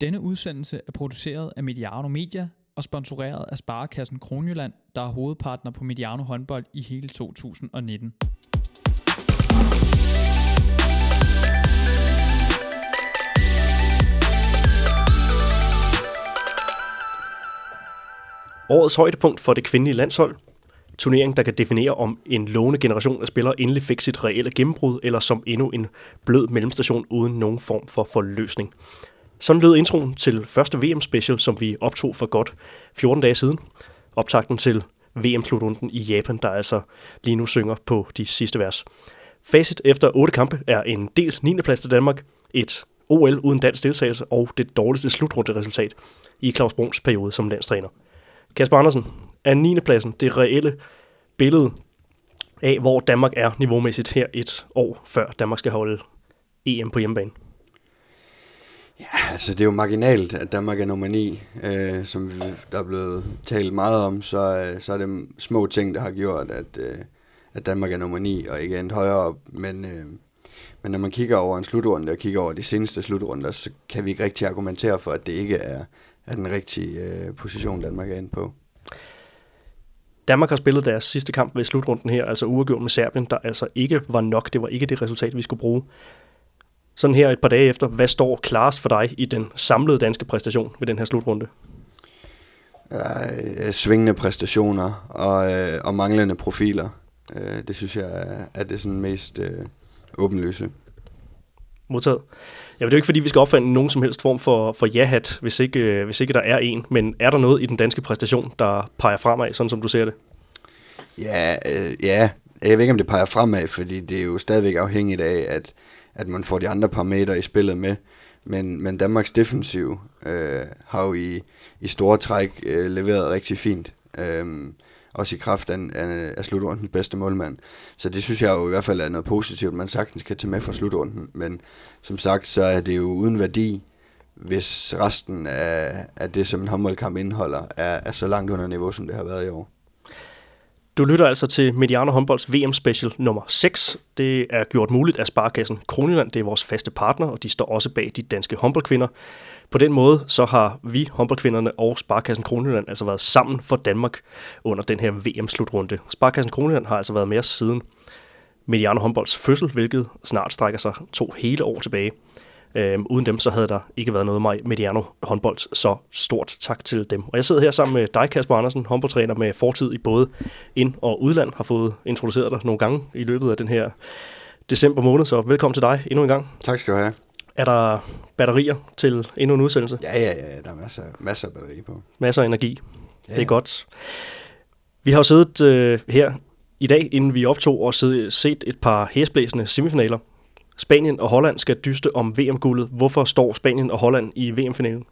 Denne udsendelse er produceret af Mediano Media og sponsoreret af Sparekassen Kronjylland, der er hovedpartner på Mediano håndbold i hele 2019. Årets højdepunkt for det kvindelige landshold. Turnering, der kan definere, om en lovende generation af spillere endelig fik sit reelle gennembrud, eller som endnu en blød mellemstation uden nogen form for forløsning. Sådan lød introen til første VM-special, som vi optog for godt 14 dage siden. Optakten til VM-slutrunden i Japan, der altså lige nu synger på de sidste vers. Facit efter 8 kampe er en delt 9. plads til Danmark, et OL uden dansk deltagelse og det dårligste slutrunderesultat i Claus Bruns periode som landstræner. Kasper Andersen, er 9. pladsen det reelle billede af, hvor Danmark er niveaumæssigt her et år før Danmark skal holde EM på hjemmebane? Ja, altså det er jo marginalt, at Danmark er nummer 9, som der er blevet talt meget om, så er det små ting, der har gjort, at Danmark er nummer 9 og ikke endt højere op. Men når man kigger over en slutrunde og kigger over de seneste slutrunder, så kan vi ikke rigtig argumentere for, at det ikke er den rigtige position, Danmark er inde på. Danmark har spillet deres sidste kamp ved slutrunden her, altså uafgjort med Serbien, der altså ikke var nok. Det var ikke det resultat, vi skulle bruge. Sådan her et par dage efter, hvad står klarest for dig i den samlede danske præstation ved den her slutrunde? Svingende præstationer og manglende profiler. Det synes jeg er det sådan mest åbenlyse. Modtaget. Ja, det er jo ikke fordi, vi skal opfinde nogen som helst form for ja-hat, hvis ikke der er en. Men er der noget i den danske præstation, der peger fremad, sådan som du ser det? Ja. Jeg ved ikke, om det peger fremad, fordi det er jo stadigvæk afhængigt af, at man får de andre parametre i spillet med. Men Danmarks defensiv har jo i store træk leveret rigtig fint. Også i kraft af slutrundens bedste målmand. Så det synes jeg jo i hvert fald er noget positivt, man sagtens kan tage med fra slutrunden. Men som sagt, så er det jo uden værdi, hvis resten af det, som en håndboldkamp indeholder, er så langt under niveau, som det har været i år. Du lytter altså til Mediano Håndbolds VM-special nummer 6. Det er gjort muligt af Sparekassen Kronjylland. Det er vores faste partner, og de står også bag de danske håndboldkvinder. På den måde så har vi, håndboldkvinderne og Sparekassen Kronjylland, altså været sammen for Danmark under den her VM-slutrunde. Sparekassen Kronjylland har altså været med os siden Mediano Håndbolds fødsel, hvilket snart strækker sig 2 hele år tilbage. Uden dem, så havde der ikke været noget med Mediano Håndbold, så stort tak til dem. Og jeg sidder her sammen med dig, Kasper Andersen, håndboldtræner med fortid i både ind- og udland, har fået introduceret dig nogle gange i løbet af den her december måned, så velkommen til dig endnu en gang. Tak skal du have. Er der batterier til endnu en udsendelse? Ja, der er masser af batteri på. Masser af energi. Ja. Det er godt. Vi har jo siddet her i dag, inden vi optog, og set et par hæsblæsende semifinaler. Spanien og Holland skal dyste om VM-guldet. Hvorfor står Spanien og Holland i VM-finalen?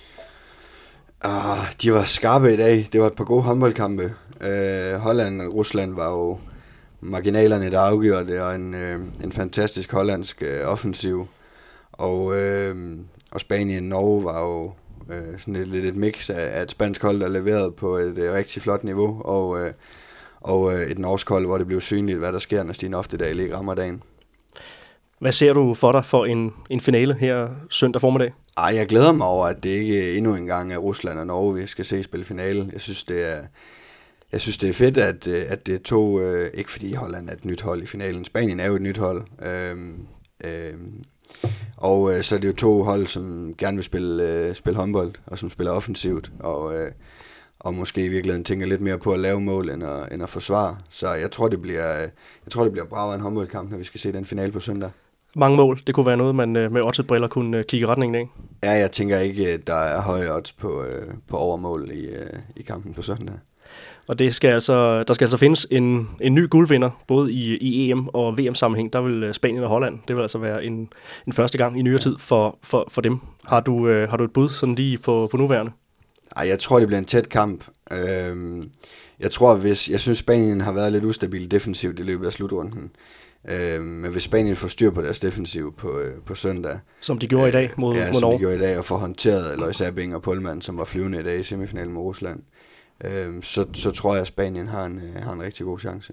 De var skarpe i dag. Det var et par gode håndboldkampe. Holland og Rusland var jo marginalerne, der afgjorde det, og en fantastisk hollandsk offensiv. Og Spanien og Norge var jo sådan lidt et mix af et spansk hold, der leverede på et rigtig flot niveau, og et norsk hold, hvor det blev synligt, hvad der sker, når Stine Oftedal ikke rammer dagen. Hvad ser du for dig for en finale her søndag formiddag? Jeg glæder mig over, at det ikke endnu en gang er Rusland og Norge, vi skal se spille finale. Jeg synes, det er fedt, at det er to, ikke fordi Holland er et nyt hold i finalen. Spanien er jo et nyt hold. Og så er det jo 2 hold, som gerne vil spille håndbold, og som spiller offensivt, og måske i virkeligheden tænker lidt mere på at lave mål, end at forsvare. Så jeg tror, det bliver bravere en håndboldkamp, når vi skal se den finale på søndag. Mange mål, det kunne være noget, man med odds-briller kunne kigge i retningen af. Ja, jeg tænker ikke, at der er høje odds på overmål i kampen på søndag. Og der skal altså findes en ny guldvinder, både i EM og VM-sammenhæng. Der vil Spanien og Holland, det vil altså være en første gang i nyere tid for dem. Har du et bud sådan lige på nuværende? Jeg tror, det bliver en tæt kamp. Jeg synes, Spanien har været lidt ustabil defensivt i løbet af slutrunden. Men hvis Spanien får styr på deres defensiv på søndag, som de gjorde i dag mod Norge. Som de gjorde i dag, og får håndteret Lois Abing og Poulman, som var flyvende i dag i semifinalen med Rusland, så tror jeg, at Spanien har en rigtig god chance.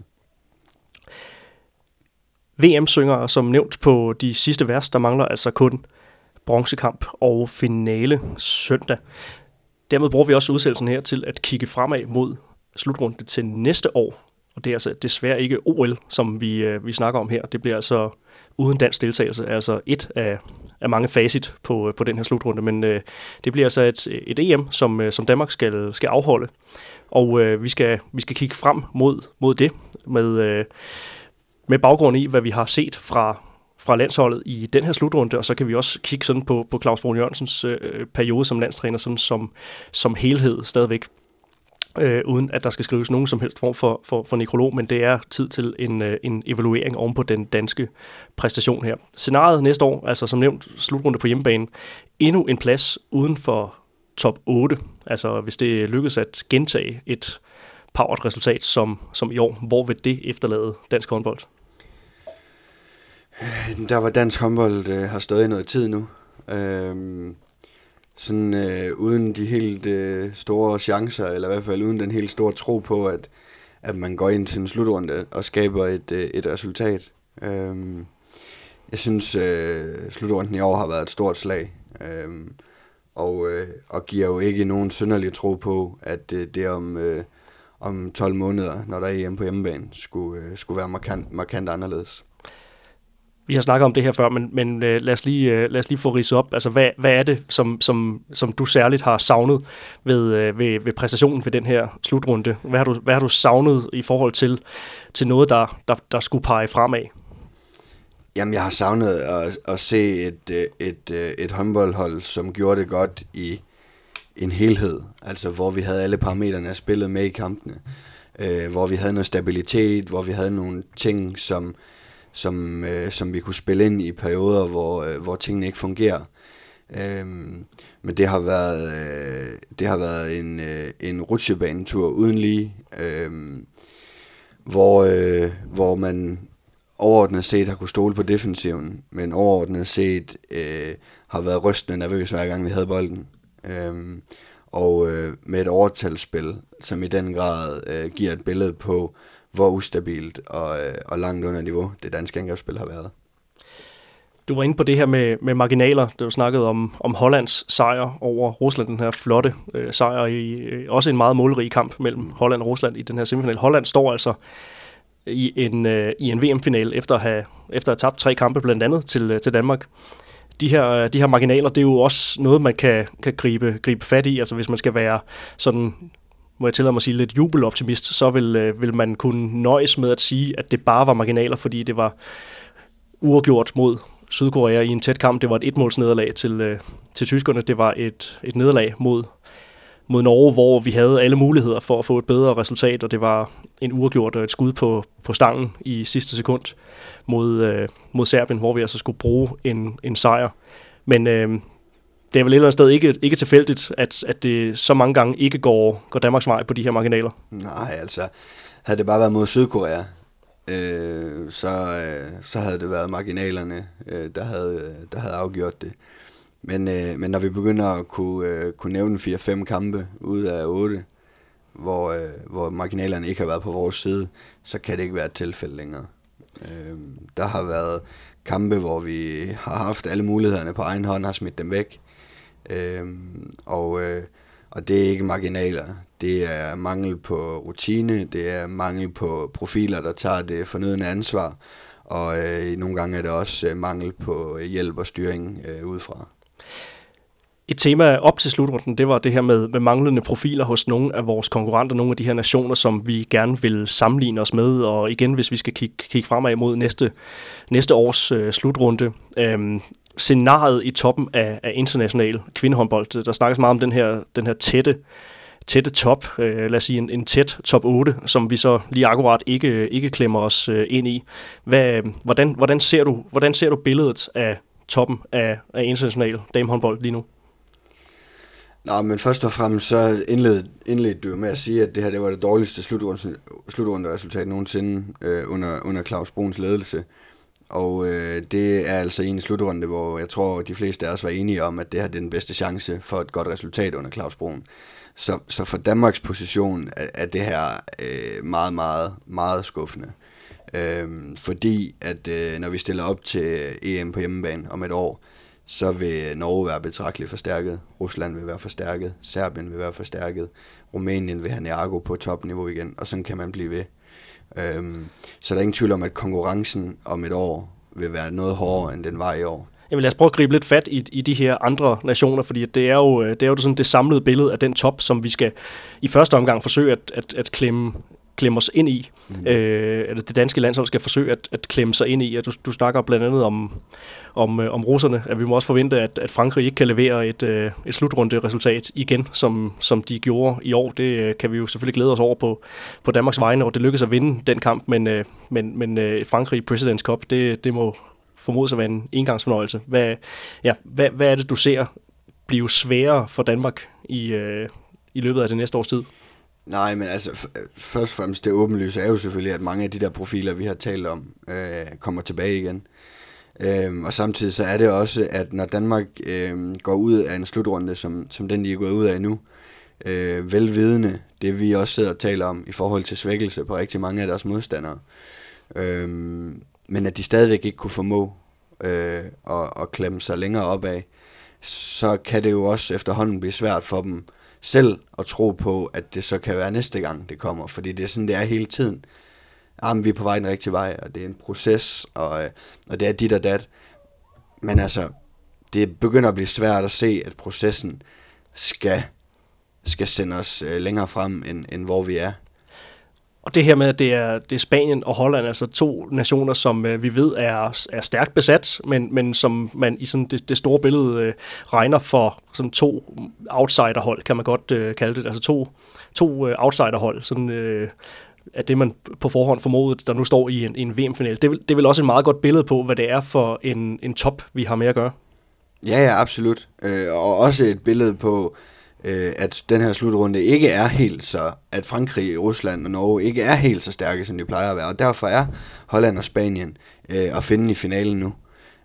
VM synger som nævnt på de sidste vers. Der mangler altså kun bronzekamp og finale søndag. Dermed bruger vi også udsendelsen her til at kigge fremad mod slutrunden til næste år. Og det er altså desværre ikke OL, som vi snakker om her. Det bliver altså uden dansk deltagelse, altså et af mange facit på den her slutrunde. Men det bliver altså et EM, som Danmark skal afholde. Og vi skal kigge frem mod det med baggrund i, hvad vi har set fra landsholdet i den her slutrunde, og så kan vi også kigge sådan på Claus Brun Jørgensens periode som landstræner sådan som helhed stadigvæk, uden at der skal skrives nogen som helst form for nekrolog, men det er tid til en evaluering oven på den danske præstation her. Scenariet næste år, altså som nævnt slutrunde på hjemmebane, endnu en plads uden for top 8, altså hvis det lykkes at gentage et poweret resultat som i år, hvor vil det efterlade dansk håndbold? Der var dansk håndbold har stået i noget tid nu. Uden de helt store chancer, eller i hvert fald uden den helt store tro på, at man går ind til en slutrunde og skaber et resultat. Jeg synes, slutrunden i år har været et stort slag, og giver jo ikke nogen synderlig tro på, at det om 12 måneder, når der er EM på hjemmebane, skulle være markant anderledes. Vi har snakket om det her før, men lad os lige få ridset op. Altså, hvad er det, som du særligt har savnet ved præstationen ved den her slutrunde? Hvad har du savnet i forhold til noget, der skulle pege fremad? Jamen, jeg har savnet at se et håndboldhold, som gjorde det godt i en helhed. Altså, hvor vi havde alle parametrene spillet med i kampene. Hvor vi havde noget stabilitet, hvor vi havde nogle ting, som vi kunne spille ind i perioder, hvor tingene ikke fungerer. Men det har været en rutsjebanetur uden lige, hvor man overordnet set har kunne stole på defensiven, men overordnet set har været rystende nervøs hver gang vi havde bolden. Med et overtalsspil, som i den grad giver et billede på, hvor ustabilt og langt under niveau det danske angrebsspil har været. Du var inde på det her med marginaler. Du snakkede om Hollands sejr over Rusland, den her flotte sejr i også en meget målrig kamp mellem Holland og Rusland i den her semifinal. Holland står altså i en VM-finale efter at have tabt 3 kampe blandt andet til Danmark. De her marginaler, det er jo også noget, man kan gribe fat i. Altså hvis man skal være sådan, må jeg tillade mig at sige, lidt jubeloptimist, så vil man kunne nøjes med at sige, at det bare var marginaler, fordi det var uafgjort mod Sydkorea i en tæt kamp. Det var et 1-målsnederlag til tyskerne. Det var et nederlag mod Norge, hvor vi havde alle muligheder for at få et bedre resultat, og det var en uafgjort og et skud på stangen i sidste sekund mod Serbien, hvor vi altså skulle bruge en sejr. Men det er vel et eller andet sted ikke tilfældigt, at det så mange gange ikke går Danmarks vej på de her marginaler. Nej, altså, havde det bare været mod Sydkorea, så havde det været marginalerne, der havde afgjort det. Men når vi begynder at kunne nævne 4-5 kampe ud af 8, hvor marginalerne ikke har været på vores side, så kan det ikke være et tilfælde længere. Der har været kampe, hvor vi har haft alle mulighederne på egen hånd, har smidt dem væk. Og det er ikke marginaler. Det er mangel på rutine, det er mangel på profiler, der tager det fornødne ansvar, og nogle gange er det også mangel på hjælp og styring udefra. Et tema op til slutrunden, det var det her med manglende profiler hos nogle af vores konkurrenter, nogle af de her nationer, som vi gerne vil sammenligne os med, og igen, hvis vi skal kigge fremad mod næste års slutrunde. Scenariet i toppen af international kvindehåndbold, der snakkes meget om den her tætte top, lad os sige en tæt top 8, som vi så lige akkurat ikke klemmer os ind i. Hvordan ser du billedet af toppen af international damehåndbold lige nu? Nå, men først og fremmest så indledte du med at sige, at det her det var det dårligste slutrunderesultat nogensinde under Claus Bruns ledelse. Og det er altså en slutrunde, hvor jeg tror, de fleste af os var enige om, at det her det er den bedste chance for et godt resultat under Claus Brun. Så for Danmarks position er det her meget, meget, meget skuffende. Fordi at når vi stiller op til EM på hjemmebane om et år, så vil Norge være betragteligt forstærket, Rusland vil være forstærket, Serbien vil være forstærket, Rumænien vil have Niago på topniveau igen, og sådan kan man blive ved. Så der er ingen tvivl om, at konkurrencen om et år vil være noget hårdere, end den var i år. Jamen lad os prøve at gribe lidt fat i de her andre nationer, fordi det er jo sådan det samlede billede af den top, som vi skal i første omgang forsøge at klemme os ind i. Eller det danske landshold skal forsøge at klemme sig ind i. Du snakker blandt andet om russerne, at vi må også forvente, at Frankrig ikke kan levere et slutrunde resultat igen, som de gjorde i år. Det kan vi jo selvfølgelig glæde os over på Danmarks vegne, og det lykkedes at vinde den kamp, men Frankrig President's Cup, det må formodes at være en engangsfornøjelse. Hvad er det, du ser blive sværere for Danmark i løbet af det næste års tid? Nej, men altså først og fremmest det åbenlyse er jo selvfølgelig, at mange af de der profiler, vi har talt om, kommer tilbage igen. Og samtidig så er det også, at når Danmark går ud af en slutrunde, som den de er gået ud af nu, velvidende, det vi også sidder og taler om i forhold til svækkelse på rigtig mange af deres modstandere, men at de stadigvæk ikke kunne formå at klemme sig længere opad, så kan det jo også efterhånden blive svært for dem selv at tro på, at det så kan være næste gang, det kommer. Fordi det er sådan, det er hele tiden. Vi er på vej den rigtige vej, og det er en proces, og det er dit og dat. Men altså, det begynder at blive svært at se, at processen skal sende os længere frem, end hvor vi er. Og det her med, at det er Spanien og Holland, altså to nationer, som vi ved er stærkt besat, men som man i sådan det store billede regner for sådan to outsiderhold, kan man godt kalde det. Altså to outsiderhold, sådan at det man på forhånd formodet, der nu står i en VM-finale. Det er vel også et meget godt billede på, hvad det er for en top, vi har med at gøre. Ja, absolut. Og også et billede på, at den her slutrunde ikke er helt så, at Frankrig, Rusland og Norge ikke er helt så stærke, som de plejer at være, og derfor er Holland og Spanien at finde i finalen nu.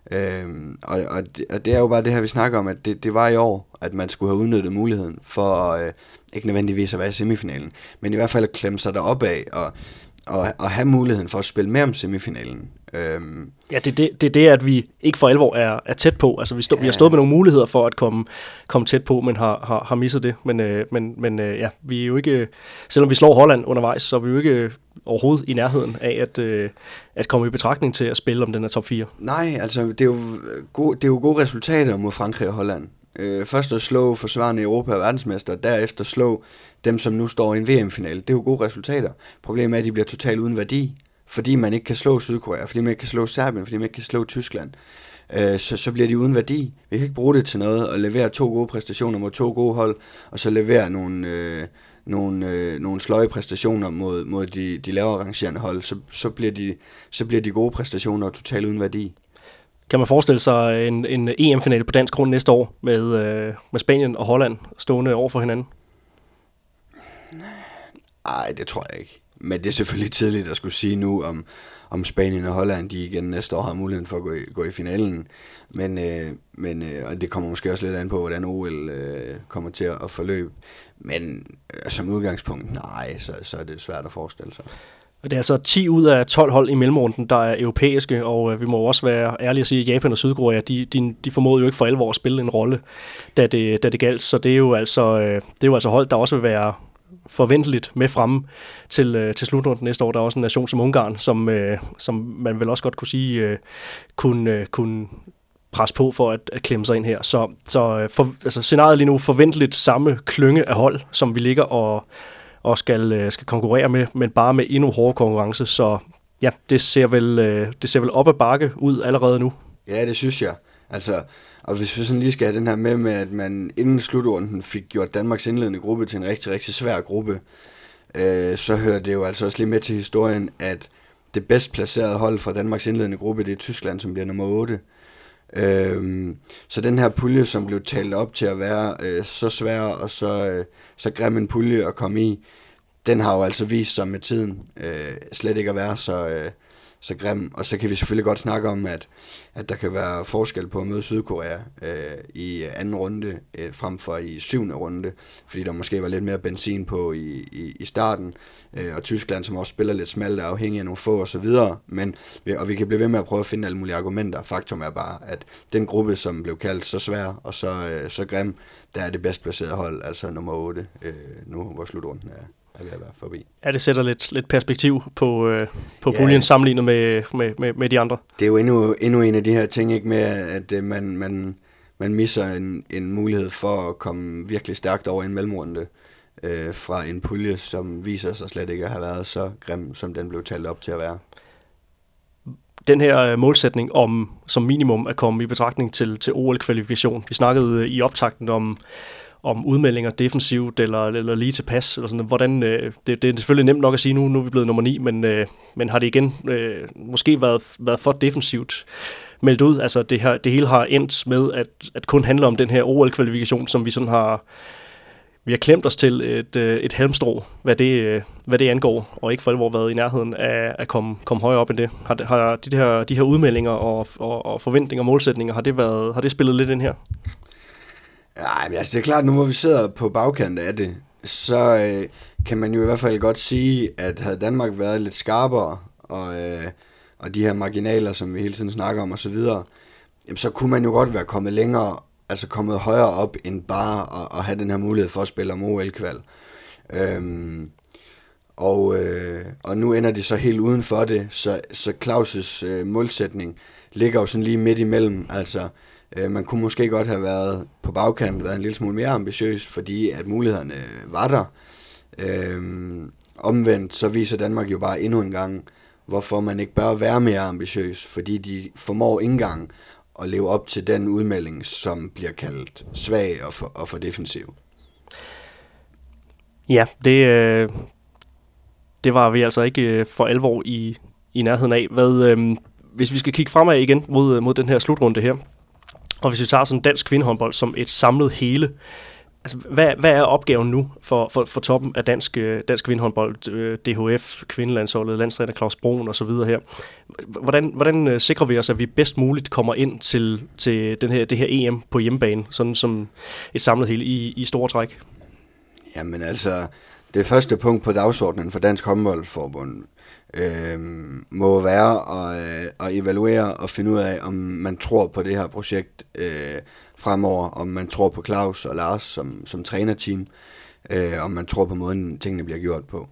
Og det er jo bare det her, vi snakker om, at det var i år, at man skulle have udnyttet muligheden for ikke nødvendigvis at være i semifinalen, men i hvert fald at klemme sig deroppe af og have muligheden for at spille mere om semifinalen. Ja, det er det, at vi ikke for alvor er tæt på. Altså, vi har stået med nogle muligheder for at komme tæt på, men har misset det. Men vi er jo ikke, selvom vi slår Holland undervejs, så er vi jo ikke overhovedet i nærheden af at komme i betragtning til at spille om den her top 4. Nej, altså det er jo gode resultater mod Frankrig og Holland. Først at slå forsvarende Europa og verdensmester, derefter slå dem, som nu står i en VM-finale. Det er jo gode resultater. Problemet er, at de bliver totalt uden værdi, fordi man ikke kan slå Sydkorea, fordi man ikke kan slå Serbien, fordi man ikke kan slå Tyskland. Så bliver de uden værdi. Vi kan ikke bruge det til noget og levere 2 gode præstationer mod 2 gode hold, og så levere nogle sløje præstationer mod de lavere rangerende hold. Så bliver de gode præstationer totalt uden værdi. Kan man forestille sig en EM-finale på dansk grund næste år med Spanien og Holland stående over for hinanden? Nej, det tror jeg ikke. Men det er selvfølgelig tidligt at skulle sige nu, om Spanien og Holland de igen næste år har muligheden for at gå i finalen. Men og det kommer måske også lidt an på, hvordan OL kommer til at forløbe. Men som udgangspunkt, nej, så er det svært at forestille sig. Og det er altså 10 ud af 12 hold i mellemrunden, der er europæiske, og vi må også være ærlige at sige, at Japan og Sydkorea, de formåede jo ikke for alvor at spille en rolle, da det galt. Så det er jo altså hold, der også vil være forventeligt med fremme til slutrunden næste år. Der er også en nation som Ungarn, som man vel også godt kunne sige, kunne presse på for at klemme sig ind her. Så scenariet lige nu forventeligt samme klynge af hold, som vi ligger og skal konkurrere med, men bare med endnu hårdere konkurrence. Så ja, det ser vel op ad bakke ud allerede nu. Ja, det synes jeg. Altså, og hvis vi sådan lige skal have den her med, at man inden slutrunden fik gjort Danmarks indledende gruppe til en rigtig, rigtig svær gruppe, så hører det jo altså også lige med til historien, at det bedst placerede hold fra Danmarks indledende gruppe, det er Tyskland, som bliver nummer 8. Så den her pulje, som blev talt op til at være så svær og så grim en pulje at komme i, den har jo altså vist sig med tiden slet ikke at være så grim. Og så kan vi selvfølgelig godt snakke om, at der kan være forskel på at møde Sydkorea i anden runde, frem for i 7. runde, fordi der måske var lidt mere benzin på i starten, og Tyskland, som også spiller lidt smalt, er afhængig af nogle få og så videre, og vi kan blive ved med at prøve at finde alle mulige argumenter. Faktum er bare, at den gruppe, som blev kaldt så svær og så grim, der er det bedst placerede hold, altså nummer 8, nu hvor slutrunden er ved at være forbi. Ja, det sætter lidt perspektiv på puljen sammenlignet med de andre. Det er jo endnu en af de her ting, ikke, med at man misser en mulighed for at komme virkelig stærkt over en mellemrunde fra en pulje, som viser sig slet ikke at have været så grim, som den blev talt op til at være. Den her målsætning om som minimum at komme i betragtning til OL-kvalifikation. Vi snakkede i optakten om udmeldinger defensivt eller lige til pas eller sådan. Hvordan det er selvfølgelig nemt nok at sige nu er vi blevet nummer 9, men har det igen måske været for defensivt meldt ud? Altså det hele har endt med at kun handle om den her OL-kvalifikation, som vi sådan vi har klemt os til et halmstrå, hvad det angår, og ikke for alvor været i nærheden af at komme højere op end det. Har de her udmeldinger og forventninger og målsætninger, har det spillet lidt ind her? Nej, men altså det er klart, nu hvor vi sidder på bagkanten af det, så kan man jo i hvert fald godt sige, at havde Danmark været lidt skarpere, og de her marginaler, som vi hele tiden snakker om osv., så kunne man jo godt være kommet længere, altså kommet højere op end bare at have den her mulighed for at spille om OL-kval. Og nu ender de så helt uden for det, så Claus' målsætning ligger jo sådan lige midt imellem. Altså, man kunne måske godt have været på bagkanten, været en lille smule mere ambitiøs, fordi at mulighederne var der. Omvendt så viser Danmark jo bare endnu en gang, hvorfor man ikke bør være mere ambitiøs, fordi de formår ikke engang at leve op til den udmelding, som bliver kaldt svag og for defensiv. Ja, det var vi altså ikke for alvor i nærheden af. Hvis vi skal kigge fremad igen mod den her slutrunde her, og hvis vi tager sådan dansk kvindehåndbold som et samlet hele, altså hvad er opgaven nu for toppen af dansk kvindehåndbold, DHF, kvindelandsholdet, landstræner Claus Broen og så videre her? Hvordan sikrer vi os, at vi bedst muligt kommer ind til det her EM på hjemmebane, sådan som et samlet hele i store træk? Jamen altså, det første punkt på dagsordenen for Dansk Håndboldforbund må være at evaluere og finde ud af, om man tror på det her projekt fremover, om man tror på Claus og Lars som trænerteam, om man tror på måden, tingene bliver gjort på.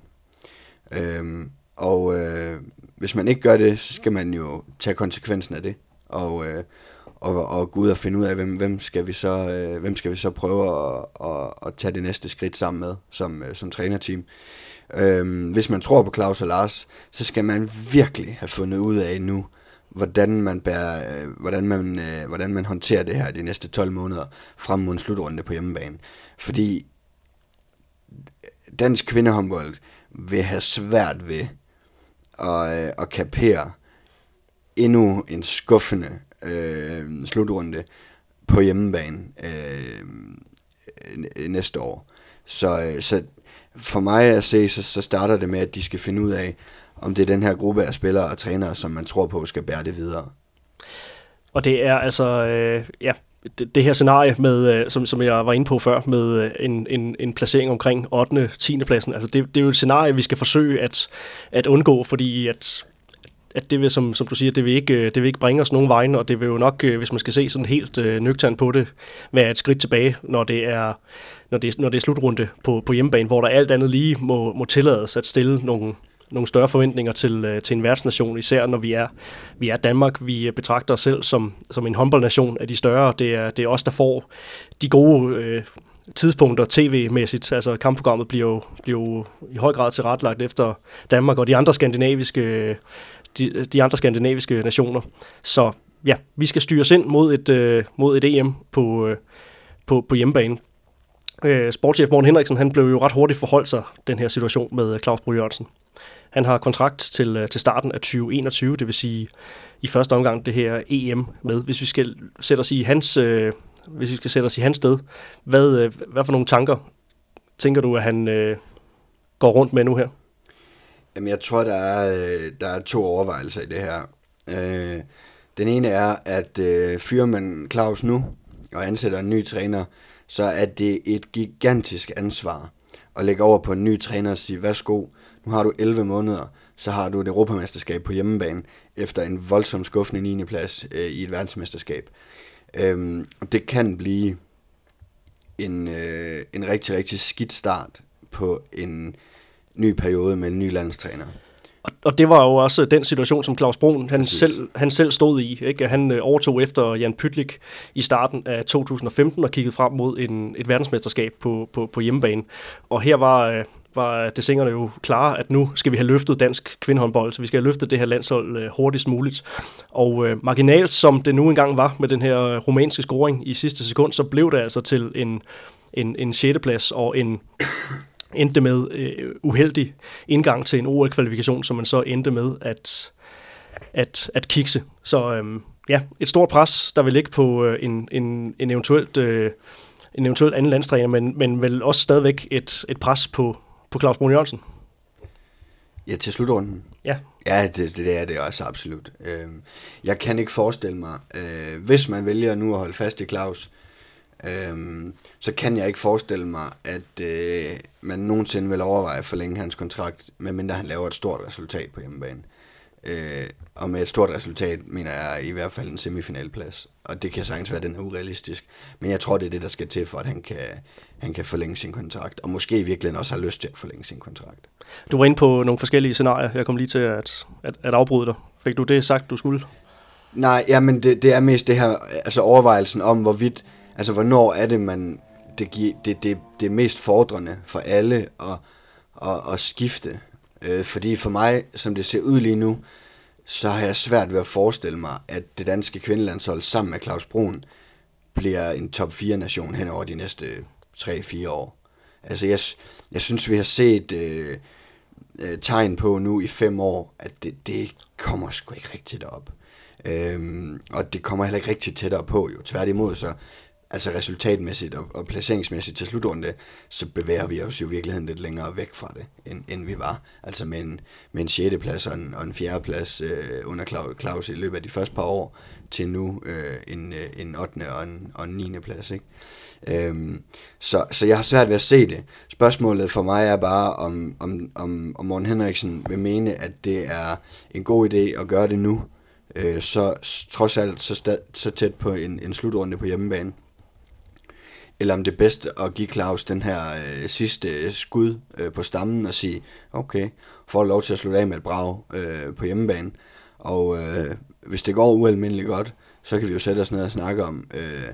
Hvis man ikke gør det, så skal man jo tage konsekvensen af det, og gå ud og finde ud af, hvem skal vi så prøve at tage det næste skridt sammen med som trænerteam. Hvis man tror på Claus og Lars, så skal man virkelig have fundet ud af nu, hvordan man håndterer det her de næste 12 måneder frem mod en slutrunde på hjemmebane. Fordi dansk kvindehåndbold vil have svært ved at kapere endnu en skuffende slutrunde på hjemmebane næste år. Så for mig at se, så starter det med, at de skal finde ud af, om det er den her gruppe af spillere og trænere, som man tror på skal bære det videre. Og det er altså, det her scenarie, med, som jeg var inde på før, med en placering omkring 8. og 10. pladsen, altså det er jo et scenarie, vi skal forsøge at undgå, fordi at det vil, som du siger, det vil ikke bringe os nogen vejen, og det vil jo nok, hvis man skal se sådan helt nøgternt på det, være et skridt tilbage, når det er slutrunde på hjemmebane, hvor der alt andet lige må tillades at stille nogle større forventninger til en værtsnation, især når vi er Danmark. Vi betragter os selv som en håndboldnation af de større. Det er os, der får de gode tidspunkter tv-mæssigt. Altså kampprogrammet bliver jo i høj grad tilrettelagt efter Danmark og de andre skandinaviske nationer. Så ja, vi skal styre os ind mod et EM på hjemmebane. Sportschef Morten Henriksen, han blev jo ret hurtigt forholdt sig den her situation med Claus Bro Jørgensen. Han har kontrakt til starten af 2021, det vil sige i første omgang det her EM med. Hvis vi skal sætte os i hans sted, hvad for nogle tanker tænker du, at han går rundt med nu her? Jamen, jeg tror, der er 2 overvejelser i det her. Den ene er, at fyrer man Claus nu og ansætter en ny træner, så er det et gigantisk ansvar at lægge over på en ny træner og sige, værsgo, nu har du 11 måneder, så har du et europamesterskab på hjemmebane efter en voldsom skuffende 9. plads i et verdensmesterskab. Det kan blive en rigtig, rigtig skidt start på en ny periode med en ny landstræner. Og det var jo også den situation, som Claus Bruhn han selv stod i. Ikke? Han overtog efter Jan Pytlik i starten af 2015 og kiggede frem mod et verdensmesterskab på hjemmebane. Og her var designerne jo klare, at nu skal vi have løftet dansk kvindehåndbold, så vi skal have løftet det her landshold hurtigst muligt. Og marginalt, som det nu engang var med den her romanske scoring i sidste sekund, så blev det altså til en 6. plads og endte med uheldig indgang til en OL-kvalifikation, som man så endte med at kikse. Så et stort pres, der vil ligge på en eventuelt anden landstræner, men vel også stadigvæk et pres på Claus Bruhn Jørgensen. Ja, til slutrunden. Ja. Ja, det er det også absolut. Jeg kan ikke forestille mig, hvis man vælger nu at holde fast i Claus, så kan jeg ikke forestille mig, at man nogensinde vil overveje at forlænge hans kontrakt, medmindre han laver et stort resultat på hjemmebane. Og med et stort resultat, mener jeg i hvert fald en semifinalplads. Og det kan sagtens være, at den er urealistisk. Men jeg tror, det er det, der skal til, for at han kan forlænge sin kontrakt. Og måske i virkeligheden også har lyst til at forlænge sin kontrakt. Du var inde på nogle forskellige scenarier. Jeg kom lige til at afbryde dig. Fik du det sagt, du skulle? Nej, men det er mest det her, altså overvejelsen om, hvorvidt, altså hvornår er det, det er mest fordrende for alle at skifte. Fordi for mig, som det ser ud lige nu, så har jeg svært ved at forestille mig, at det danske kvindelandshold sammen med Claus Bruhn bliver en top 4-nation hen over de næste 3-4 år. Altså jeg synes, vi har set tegn på nu i 5 år, at det kommer sgu ikke rigtigt op. Og det kommer heller ikke rigtig tættere på, jo. Tværtimod, så altså resultatmæssigt og placeringsmæssigt til slutrunde, så bevæger vi os jo i virkeligheden lidt længere væk fra det, end vi var. Altså med en 6. plads og en 4. plads under Claus i løbet af de første par år, til nu en 8. og en 9. plads. Ikke? Så jeg har svært ved at se det. Spørgsmålet for mig er bare, om Morten Henriksen vil mene, at det er en god idé at gøre det nu, så trods alt så tæt på en slutrunde på hjemmebane. Eller om det er bedst at give Claus den her sidste skud på stammen og sige, okay, får lov til at slutte af med et brag på hjemmebane. Og hvis det går ualmindeligt godt, så kan vi jo sætte os ned og snakke om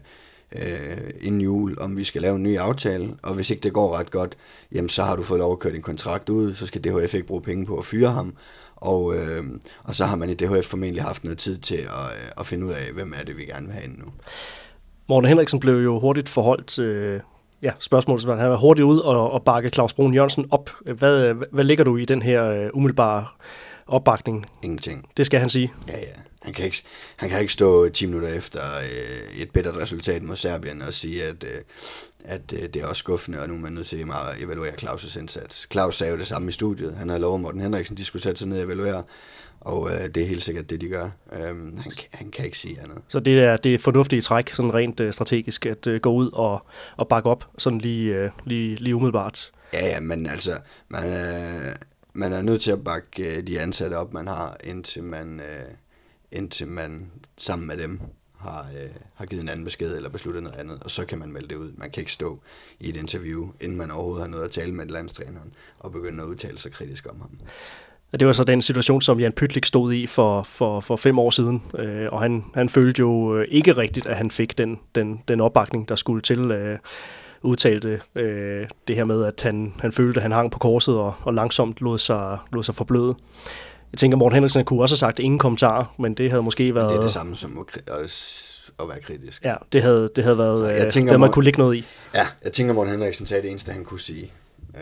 inden jul, om vi skal lave en ny aftale. Og hvis ikke det går ret godt, jamen så har du fået lov at køre din kontrakt ud, så skal DHF ikke bruge penge på at fyre ham. Og så har man i DHF formentlig haft noget tid til at finde ud af, hvem er det, vi gerne vil have ind nu. Morten Henriksen blev jo hurtigt forholdt, spørgsmålet, han var hurtigt ud og bakke Claus Bruhn Jørgensen op. Hvad ligger du i den her umiddelbare opbakning? Ingenting. Det skal han sige. Ja. Han kan ikke stå 10 minutter efter et bittert resultat mod Serbien og sige, at det er også skuffende, og nu er man nødt til at evaluere Claus' indsats. Claus sagde jo det samme i studiet. Han havde lovet Morten Henriksen, de skulle sætte sig ned og evaluere, og det er helt sikkert det, de gør. Han kan ikke sige andet. Så det er fornuftige træk, sådan rent strategisk, at gå ud og bakke op, sådan lige umiddelbart? Ja, men altså, man er nødt til at bakke de ansatte op, man har, indtil man sammen med dem har givet en anden besked eller besluttet noget andet, og så kan man melde det ud. Man kan ikke stå i et interview, inden man overhovedet har noget at tale med landstræneren, og begynde at udtale sig kritisk om ham. Det var så den situation, som Jan Pytlik stod i for 5 år siden, og han følte jo ikke rigtigt, at han fik den opbakning, der skulle til. Udtalte det her med, at han følte, at han hang på korset og langsomt lod sig forbløde. Jeg tænker, Morten Henriksen kunne også have sagt ingen kommentarer, men det havde måske været... Det er det samme som at være kritisk. Ja, det havde været det, man kunne lægge noget i. Ja, jeg tænker, Morten Henriksen sagde det eneste, han kunne sige.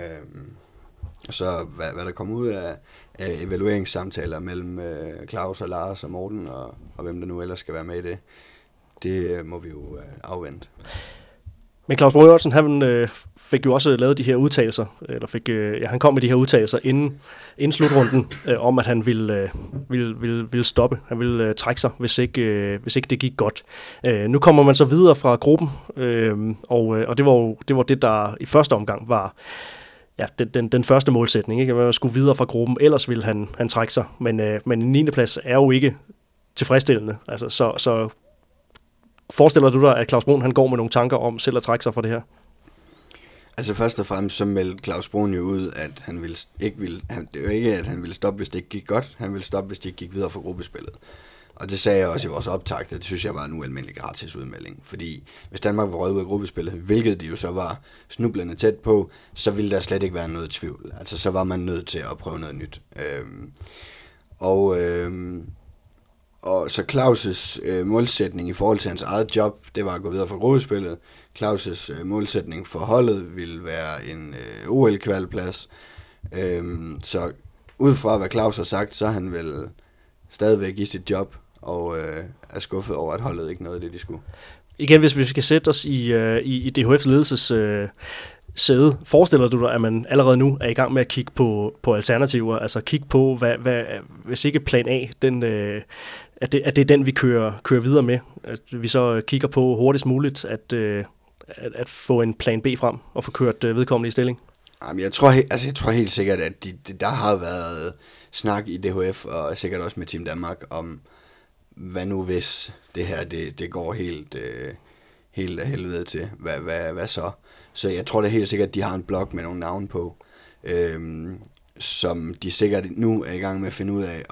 Og så hvad der kom ud af evalueringssamtaler mellem Claus og Lars og Morten, og hvem der nu ellers skal være med i det må vi jo afvente. Men Claus Brun Jørgensen, han fik jo også lavet de her udtalelser, eller han kom med de her udtalelser inden slutrunden, om at han ville stoppe. Han ville trække sig, hvis ikke det gik godt. Nu kommer man så videre fra gruppen, og det var det, der i første omgang var den første målsætning, ikke? Man skulle videre fra gruppen, ellers ville han trække sig. Men en 9. plads er jo ikke tilfredsstillende. Altså, så forestiller du dig, at Claus Brun han går med nogle tanker om selv at trække sig fra det her? Altså først og fremmest så meldte Claus Brun jo ud, at han det er jo ikke, at han ville stoppe, hvis det ikke gik godt. Han ville stoppe, hvis det ikke gik videre for gruppespillet. Og det sagde jeg også i vores optakt, det synes jeg var en ualmindelig gratis udmelding. Fordi hvis Danmark var røget ud af gruppespillet, hvilket de jo så var snublende tæt på, så ville der slet ikke være noget tvivl. Altså så var man nødt til at prøve noget nyt. Og så Claus' målsætning i forhold til hans eget job, det var at gå videre fra gruppespillet. Claus' målsætning for holdet ville være en OL-kvalplads. Så ud fra hvad Claus har sagt, så er han vel stadigvæk i sit job, og er skuffet over, at holdet ikke nåede det, de skulle. Igen, hvis vi skal sætte os i DHF's ledelses sæde, forestiller du dig, at man allerede nu er i gang med at kigge på alternativer, altså kigge på, hvad hvis ikke plan A, at det er den, vi kører videre med, at vi så kigger på hurtigst muligt, at få en plan B frem, og få kørt vedkommende i stilling? Jamen, jeg tror helt sikkert, at der har været snak i DHF, og sikkert også med Team Danmark, om hvad nu hvis det her, det går helt af helvede til, hvad så? Så jeg tror da helt sikkert, at de har en blog med nogle navne på, som de sikkert nu er i gang med at finde ud af,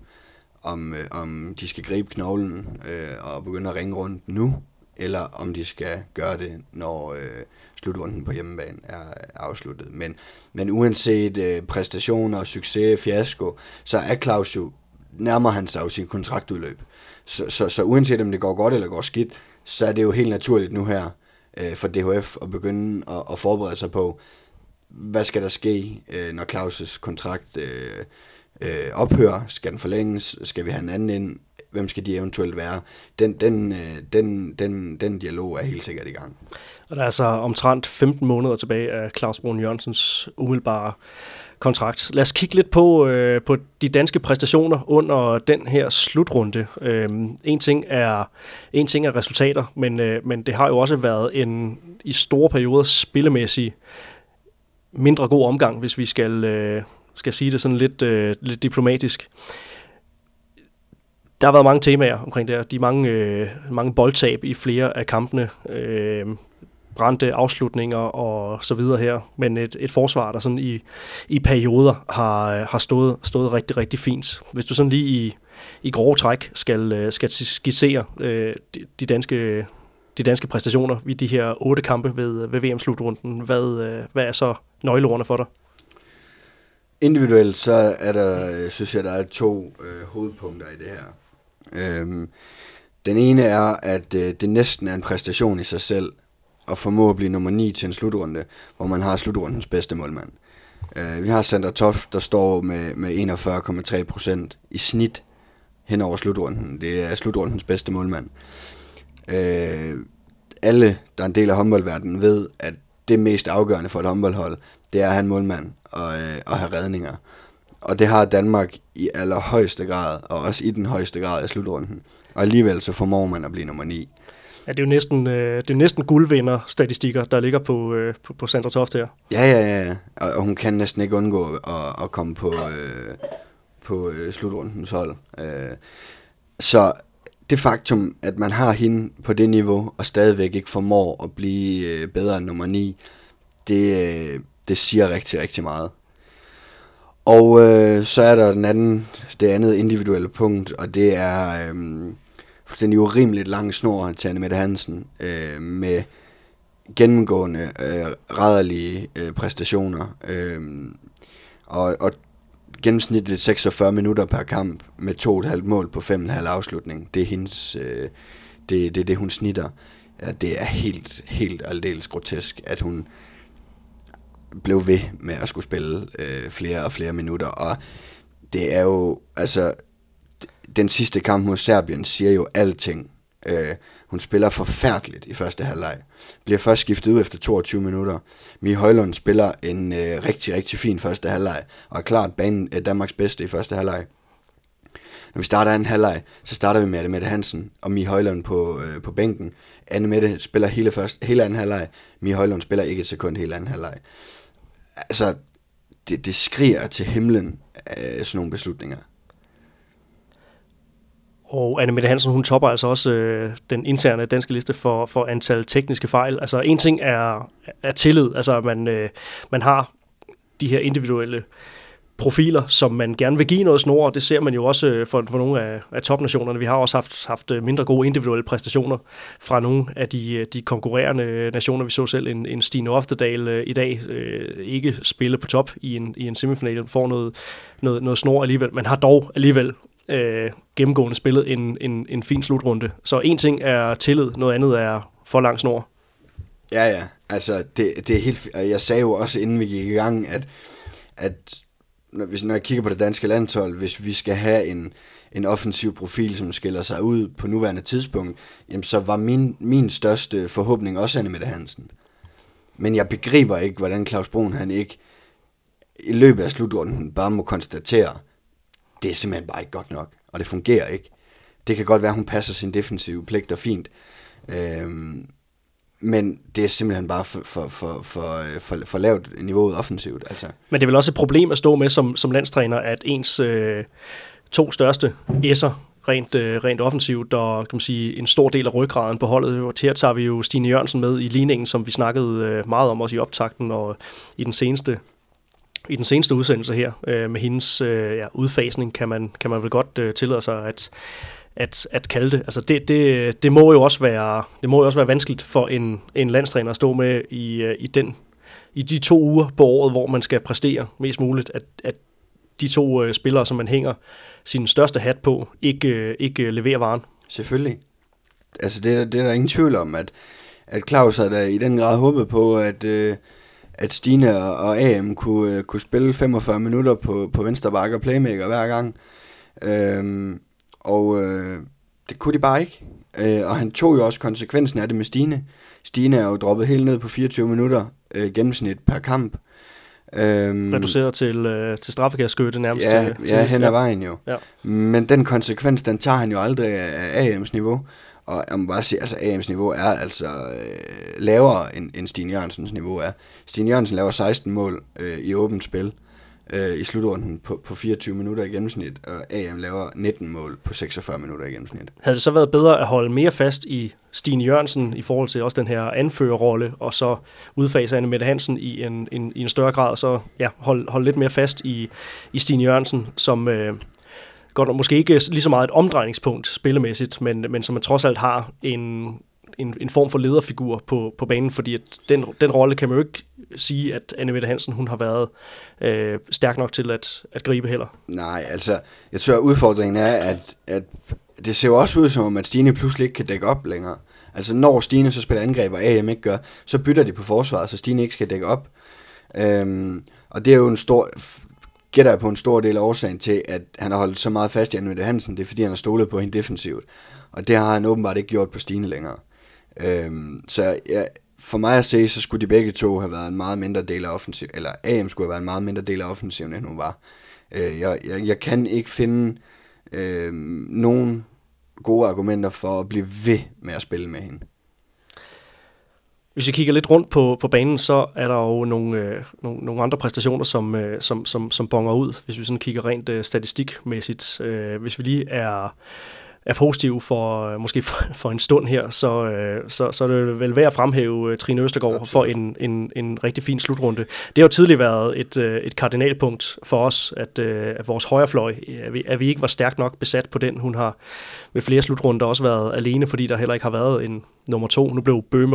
om de skal gribe knoglen og begynde at ringe rundt nu, eller om de skal gøre det, når slutrunden på hjemmebane er afsluttet. Men uanset præstationer, succes, fiasko, så er Claus jo, nærmer han sig jo sin kontraktudløb. Så uanset om det går godt eller går skidt, så er det jo helt naturligt nu her for DHF at begynde at forberede sig på, hvad skal der ske, når Claus' kontrakt ophører? Skal den forlænges? Skal vi have en anden ind? Hvem skal de eventuelt være? Den dialog er helt sikkert i gang. Og der er altså omtrent 15 måneder tilbage af Claus Brun Jørgensens umiddelbare kontrakt. Lad os kigge lidt på de danske præstationer under den her slutrunde. En ting er resultater, men det har jo også været en i store perioder spillemæssig mindre god omgang, hvis vi skal sige det sådan lidt diplomatisk. Der har været mange temaer omkring det her. De mange boldtab i flere af kampene, brændte afslutninger og så videre her, men et forsvar, der sådan i perioder har stået rigtig, rigtig fint. Hvis du sådan lige i grove træk skal skitsere de danske præstationer i de her 8 kampe ved VM-slutrunden, hvad er så nøgleordene for dig? Individuelt så er der, synes jeg, der er 2 hovedpunkter i det her. Den ene er, at det næsten er en præstation i sig selv at formå at blive nummer 9 til en slutrunde, hvor man har slutrundens bedste målmand. Vi har Sander Toft, der står med 41,3% i snit hen over slutrunden. Det er slutrundens bedste målmand. Alle, der er en del af håndboldverdenen, ved, at det mest afgørende for et håndboldhold, det er at have en målmand og have redninger. Og det har Danmark i allerhøjeste grad, og også i den højeste grad af slutrunden. Og alligevel så formår man at blive nummer 9. Ja, det er jo næsten guldvinder-statistikker, der ligger på Sandra Toft her. Ja. Og hun kan næsten ikke undgå at komme på slutrundens hold. Så det faktum, at man har hende på det niveau, og stadigvæk ikke formår at blive bedre end nummer 9, det siger rigtig, rigtig meget. Og så er der det andet individuelle punkt, og det er fuldstændig urimeligt lang snor til Anne-Mette Hansen med gennemgående rædderlige præstationer og gennemsnitligt 46 minutter per kamp med 2,5 mål på 5,5 afslutning. Det er hendes, det hun snitter. Ja, det er helt aldeles grotesk, at hun blev ved med at skulle spille flere og flere minutter, og det er jo, altså, den sidste kamp mod Serbien siger jo alting Hun spiller forfærdeligt i første halvleg. Bliver først skiftet ud efter 22 minutter. Mie Højlund spiller en rigtig, rigtig fin første halvleg, og er klart Danmarks bedste i første halvleg. Når vi starter anden halvleg, så starter vi med Anne-Mette Hansen og Mie Højlund på bænken. Anne-Mette spiller hele anden halvleg. Mie Højlund spiller ikke et sekund hele anden halvleg. Altså, det skriger til himlen af sådan nogle beslutninger. Og Anne-Mette Hansen, hun topper altså også den interne danske liste for antal tekniske fejl. Altså en ting er tillid, altså man har de her individuelle profiler, som man gerne vil give noget snor, og det ser man jo også for nogle af topnationerne. Vi har også haft mindre gode individuelle præstationer fra nogle af de konkurrerende nationer. Vi så selv en Stine Oftedal i dag ikke spille på top i en semifinal, får noget snor alligevel. Man har dog alligevel gennemgående spillet en fin slutrunde. Så en ting er tillid, noget andet er for lang snor. Ja, altså det er helt... Jeg sagde jo også, inden vi gik i gang, at når jeg kigger på det danske landshold, hvis vi skal have en offensiv profil, som skiller sig ud på nuværende tidspunkt, jamen så var min største forhåbning også Anne-Mette Hansen. Men jeg begriber ikke, hvordan Claus Brun, han ikke i løbet af slutrunden bare må konstatere, det er simpelthen bare ikke godt nok, og det fungerer ikke. Det kan godt være, at hun passer sin defensive pligter fint, men det er simpelthen bare for lavt niveauet offensivt. Altså. Men det er vel også et problem at stå med som landstræner, at ens to største S'er rent offensivt, og kan man sige, en stor del af ryggraden på holdet. Her tager vi jo Stine Jørgensen med i ligningen, som vi snakkede meget om også i optakten og i den seneste udsendelse her, med hendes udfasning, kan man vel godt tillade sig at kalde det. Altså det må jo også være vanskeligt for en landstræner at stå med i de 2 uger på året, hvor man skal præstere mest muligt, at de 2 spillere, som man hænger sin største hat på, ikke leverer varen. Selvfølgelig. Altså det er der ingen tvivl om, at Claus havde da i den grad håbet på, at Stine og AM kunne spille 45 minutter på venstre bakke og playmaker hver gang. Det kunne de bare ikke. Og han tog jo også konsekvensen af det med Stine. Stine er jo droppet helt ned på 24 minutter gennemsnit per kamp. Reduceret til straffekastskytte nærmest. Ja, hen ad vejen jo. Ja. Men den konsekvens, den tager han jo aldrig af AM's niveau. Og jeg må bare sige, altså AM's niveau er altså lavere end Stine Jørgensens niveau er. Stine Jørgensen laver 16 mål i åbent spil i slutrunden på 24 minutter i gennemsnit, og AM laver 19 mål på 46 minutter i gennemsnit. Havde det så været bedre at holde mere fast i Stine Jørgensen i forhold til også den her anførerrolle, og så udfase Anne-Mette Hansen i en større grad, og så holde lidt mere fast i Stine Jørgensen, som godt måske ikke lige så meget et omdrejningspunkt spillemæssigt, men som man trods alt har en form for lederfigur på banen, fordi at den rolle kan man jo ikke sige, at Anne-Mette Hansen hun har været stærk nok til at gribe heller. Nej, altså, jeg tror, at udfordringen er, at det ser jo også ud som om, at Stine pludselig ikke kan dække op længere. Altså, når Stine så spiller angreb, og AM ikke gør, så bytter de på forsvaret, så Stine ikke skal dække op. Og det er jo gætter på en stor del af årsagen til, at han har holdt så meget fast i Anne-Mette Hansen, det er fordi, han har stolet på hende defensivt. Og det har han åbenbart ikke gjort på Stine længere. Så for mig at se, så skulle de begge to have været en meget mindre del af offensiv, eller AM skulle have været en meget mindre del af offensiven, end hun var. Jeg kan ikke finde nogen gode argumenter for at blive ved med at spille med hende. Hvis vi kigger lidt rundt på banen, så er der jo nogle andre præstationer, som bonger ud. Hvis vi sådan kigger rent statistikmæssigt. Hvis vi lige er positive for en stund her, så er det vel værd at fremhæve Trine Østergaard. Absolut. For en rigtig fin slutrunde. Det har jo tidligere været et kardinalpunkt for os, at vores højrefløj, at vi ikke var stærkt nok besat på den. Hun har ved flere slutrunder også været alene, fordi der heller ikke har været en nummer 2. Nu blev Bøhme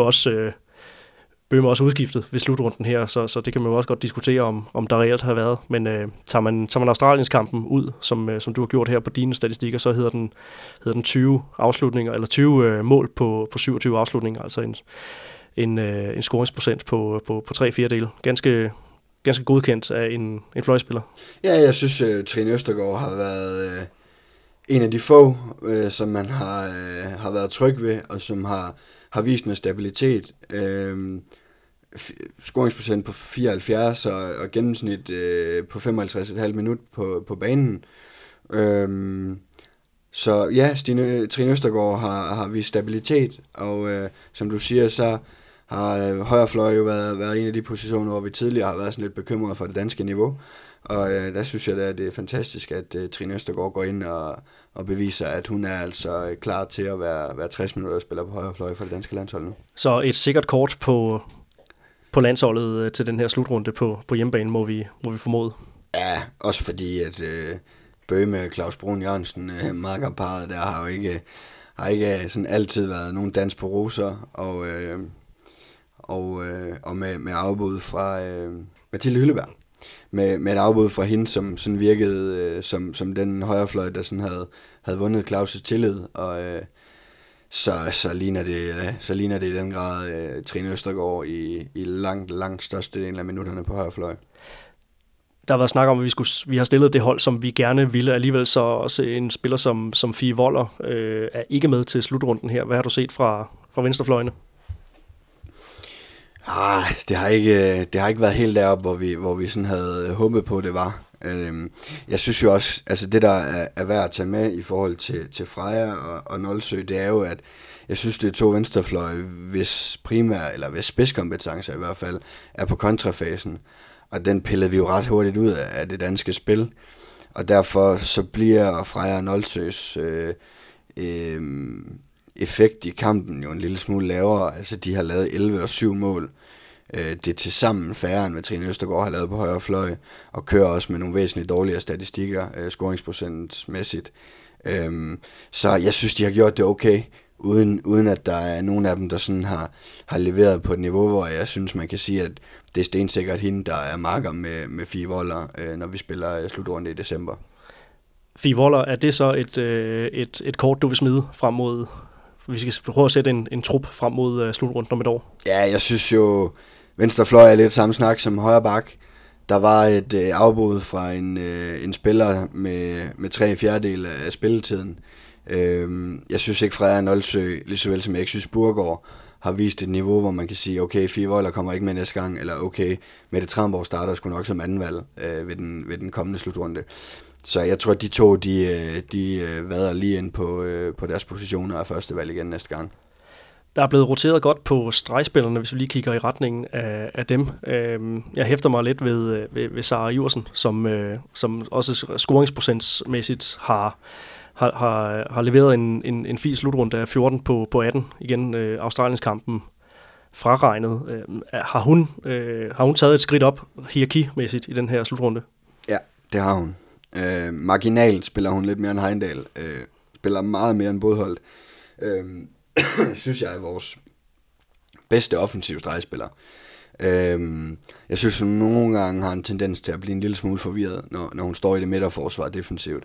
også udskiftet ved slutrunden her, så det kan man jo også godt diskutere, om der reelt har været. Men tager man Australiens kampen ud, som du har gjort her på dine statistikker, så hedder den 20 afslutninger, eller 20 mål på 27 afslutninger, altså en scoringsprocent på 3/4. Ganske godkendt af en fløjspiller. Ja, jeg synes, Trine Østergaard har været en af de få, som man har været tryg ved, og som har vist noget stabilitet. Scoringsprocent på 74 og gennemsnit på 55,5 minut på banen. Så ja, Trine Østergaard har vist stabilitet, og som du siger, så har højrefløj jo været en af de positioner, hvor vi tidligere har været sådan lidt bekymrede for det danske niveau. Og der synes jeg, at det er fantastisk, at Trine Østergaard går ind og beviser, at hun er altså klar til at være 60 minutter og spiller på højrefløj for det danske landshold nu. Så et sikkert kort på landsholdet til den her slutrunde på hjemmebane, må vi formode. Ja, også fordi, at Bøge med Claus Brun Jørgensen, makkerparret, der har ikke sådan altid været nogen dans på roser, og med afbud fra Mathilde Hylleberg. Med et afbud fra hende, som sådan virkede som den højrefløj, der sådan havde vundet Claus' tillid, og så ligner det i den grad Trine Østergaard i langt størstedelen af minutterne på højrefløj. Der har været snak om, at vi har stillet det hold, som vi gerne ville. Alligevel så også en spiller som Fie Woller er ikke med til slutrunden her. Hvad har du set fra venstrefløjene? Det har ikke været helt deroppe, hvor vi sådan havde håbet på, det var. Jeg synes jo også, altså det der er værd at tage med i forhold til Freja og Nolsø, det er jo, at jeg synes, det er to venstrefløje, hvis spidskompetencer i hvert fald er på kontrafasen. Og den pillede vi jo ret hurtigt ud af det danske spil. Og derfor så bliver Freja og Nolsøs effekt i kampen jo en lille smule lavere. Altså de har lavet 11 og 7 mål. Det er tilsammen færre end hvad Trine Østergaard har lavet på højre fløj, og kører også med nogle væsentligt dårligere statistikker, scoringsprocentmæssigt. Så jeg synes, de har gjort det okay, uden at der er nogen af dem, der sådan har leveret på et niveau, hvor jeg synes, man kan sige, at det er stensikkert hende, der er marker med Fie Woller, når vi spiller slutrunde i december. Fie Woller, er det så et kort, du vil smide frem mod, vi skal prøve at sætte en trup frem mod slutrunden om et år? Ja, jeg synes jo, venstrefløj er lidt samme snak som højre bak. Der var et afbud fra en spiller med 3/4 af spilletiden. Jeg synes ikke Freja Nolsø, lige så vel som jeg ikke synes Burgård, har vist et niveau, hvor man kan sige, okay, Fie Woller kommer ikke med næste gang, eller okay, Mette Tramborg starter sgu nok som anden valg ved den kommende slutrunde. Så jeg tror, at de to, de vader lige ind på deres positioner af første valg igen næste gang. Der er blevet roteret godt på stregspillerne, hvis vi lige kigger i retningen af dem. Jeg hæfter mig lidt ved Sara Iversen, som også scoringsprocentsmæssigt har leveret en fin slutrunde af 14 på 18. Igen Australienskampen fraregnet. Har hun taget et skridt op hierarkimæssigt i den her slutrunde? Ja, det har hun. Marginalt spiller hun lidt mere end Heindal. Spiller meget mere end Bodholt. Synes jeg er vores bedste offensive stregspiller. Jeg synes, hun nogle gange har en tendens til at blive en lille smule forvirret, når hun står i det midterforsvar defensivt.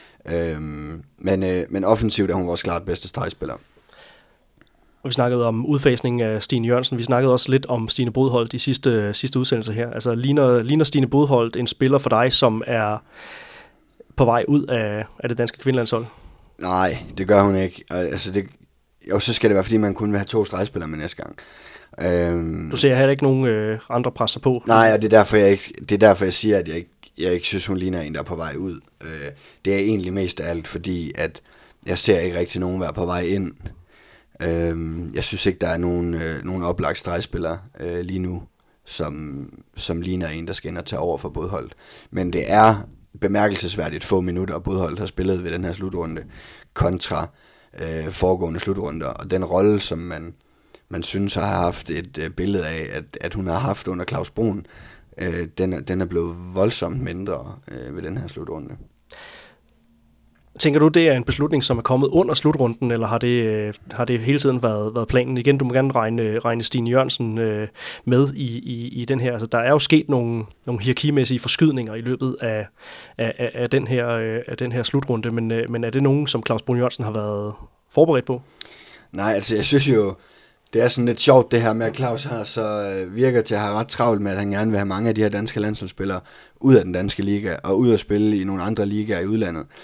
Men offensivt er hun vores klart bedste stregspiller. Og vi snakkede om udfasningen af Stine Jørgensen. Vi snakkede også lidt om Stine Bodholt i sidste udsendelse her. Altså ligner Stine Bodholt en spiller for dig, som er på vej ud af det danske kvindelandshold? Nej, det gør hun ikke. Altså så skal det være, fordi man kun vil have 2 stregspillere med næste gang. Du ser heller ikke nogen andre presser på? Nej, og det er derfor jeg siger, at jeg ikke synes, hun ligner en, der er på vej ud. Det er egentlig mest af alt, fordi at jeg ser ikke rigtig nogen være på vej ind. Jeg synes ikke, der er nogen oplagt stregspillere lige nu, som ligner en, der skal ind og tage over for Bodholt. Men det er bemærkelsesværdigt få minutter, Bodholt har spillet ved den her slutrunde, kontra foregående slutrunder. Og den rolle, som man synes har haft et billede af, at hun har haft under Claus Brun, den er blevet voldsomt mindre ved den her slutrunde. Tænker du, det er en beslutning, som er kommet under slutrunden, eller har det hele tiden været planen? Igen, du må gerne regne Stine Jørgensen med i den her. Altså, der er jo sket nogle hierarkimæssige forskydninger i løbet af den her slutrunde, men er det nogen, som Claus Brun Jørgensen har været forberedt på? Nej, altså jeg synes jo, det er sådan lidt sjovt det her med, at Claus virker til at have ret travlt med, at han gerne vil have mange af de her danske landsholdsspillere ud af den danske liga, og ud at spille i nogle andre ligaer i udlandet.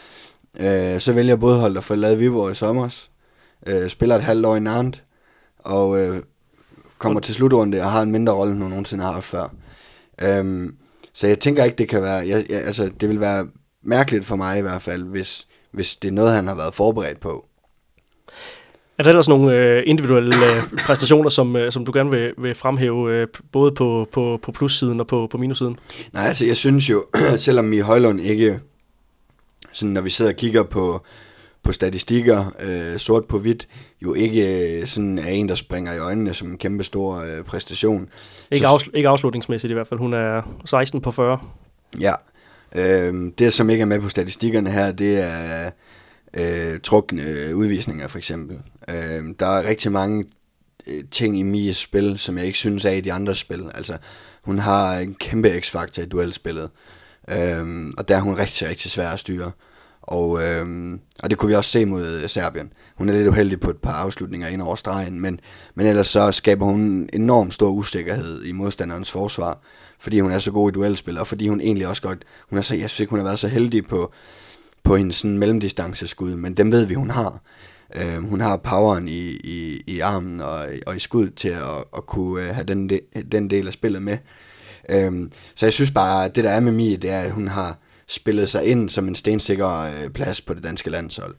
Så vælger Bådholdt at forlade Viborg i sommer, spiller et halvt år i Nantes, og kommer til slutrunde og har en mindre rolle, end hun nogensinde har haft før. Så jeg tænker ikke, det kan være... altså, det vil være mærkeligt for mig i hvert fald, hvis det er noget, han har været forberedt på. Er der ellers nogle individuelle præstationer, som du gerne vil fremhæve, både på plussiden og på minussiden? Nej, altså jeg synes jo, selvom Mie Højlund ikke, sådan når vi sidder og kigger på statistikker, sort på hvidt, jo ikke sådan er en, der springer i øjnene som en kæmpe stor præstation. Ikke afslutningsmæssigt i hvert fald. Hun er 16 på 40. Ja, det som ikke er med på statistikkerne her, det er trukne udvisninger for eksempel. Der er rigtig mange ting i Mies spil, som jeg ikke synes er i de andre spil. Altså, hun har en kæmpe x-faktor i duelspillet, og der er hun rigtig, rigtig svær at styre. Og det kunne vi også se mod Serbien. Hun er lidt uheldig på et par afslutninger ind over stregen, men ellers så skaber hun enormt stor usikkerhed i modstanderens forsvar, fordi hun er så god i duelspil, og fordi hun egentlig også godt, jeg synes ikke, hun har været så heldig på hendes sådan mellemdistanceskud, men dem ved vi, hun har. Hun har poweren i armen og i skuddet til at kunne have den del af spillet med. Så jeg synes bare, at det der er med Mie, det er, at hun har spillet sig ind som en stensikker plads på det danske landshold.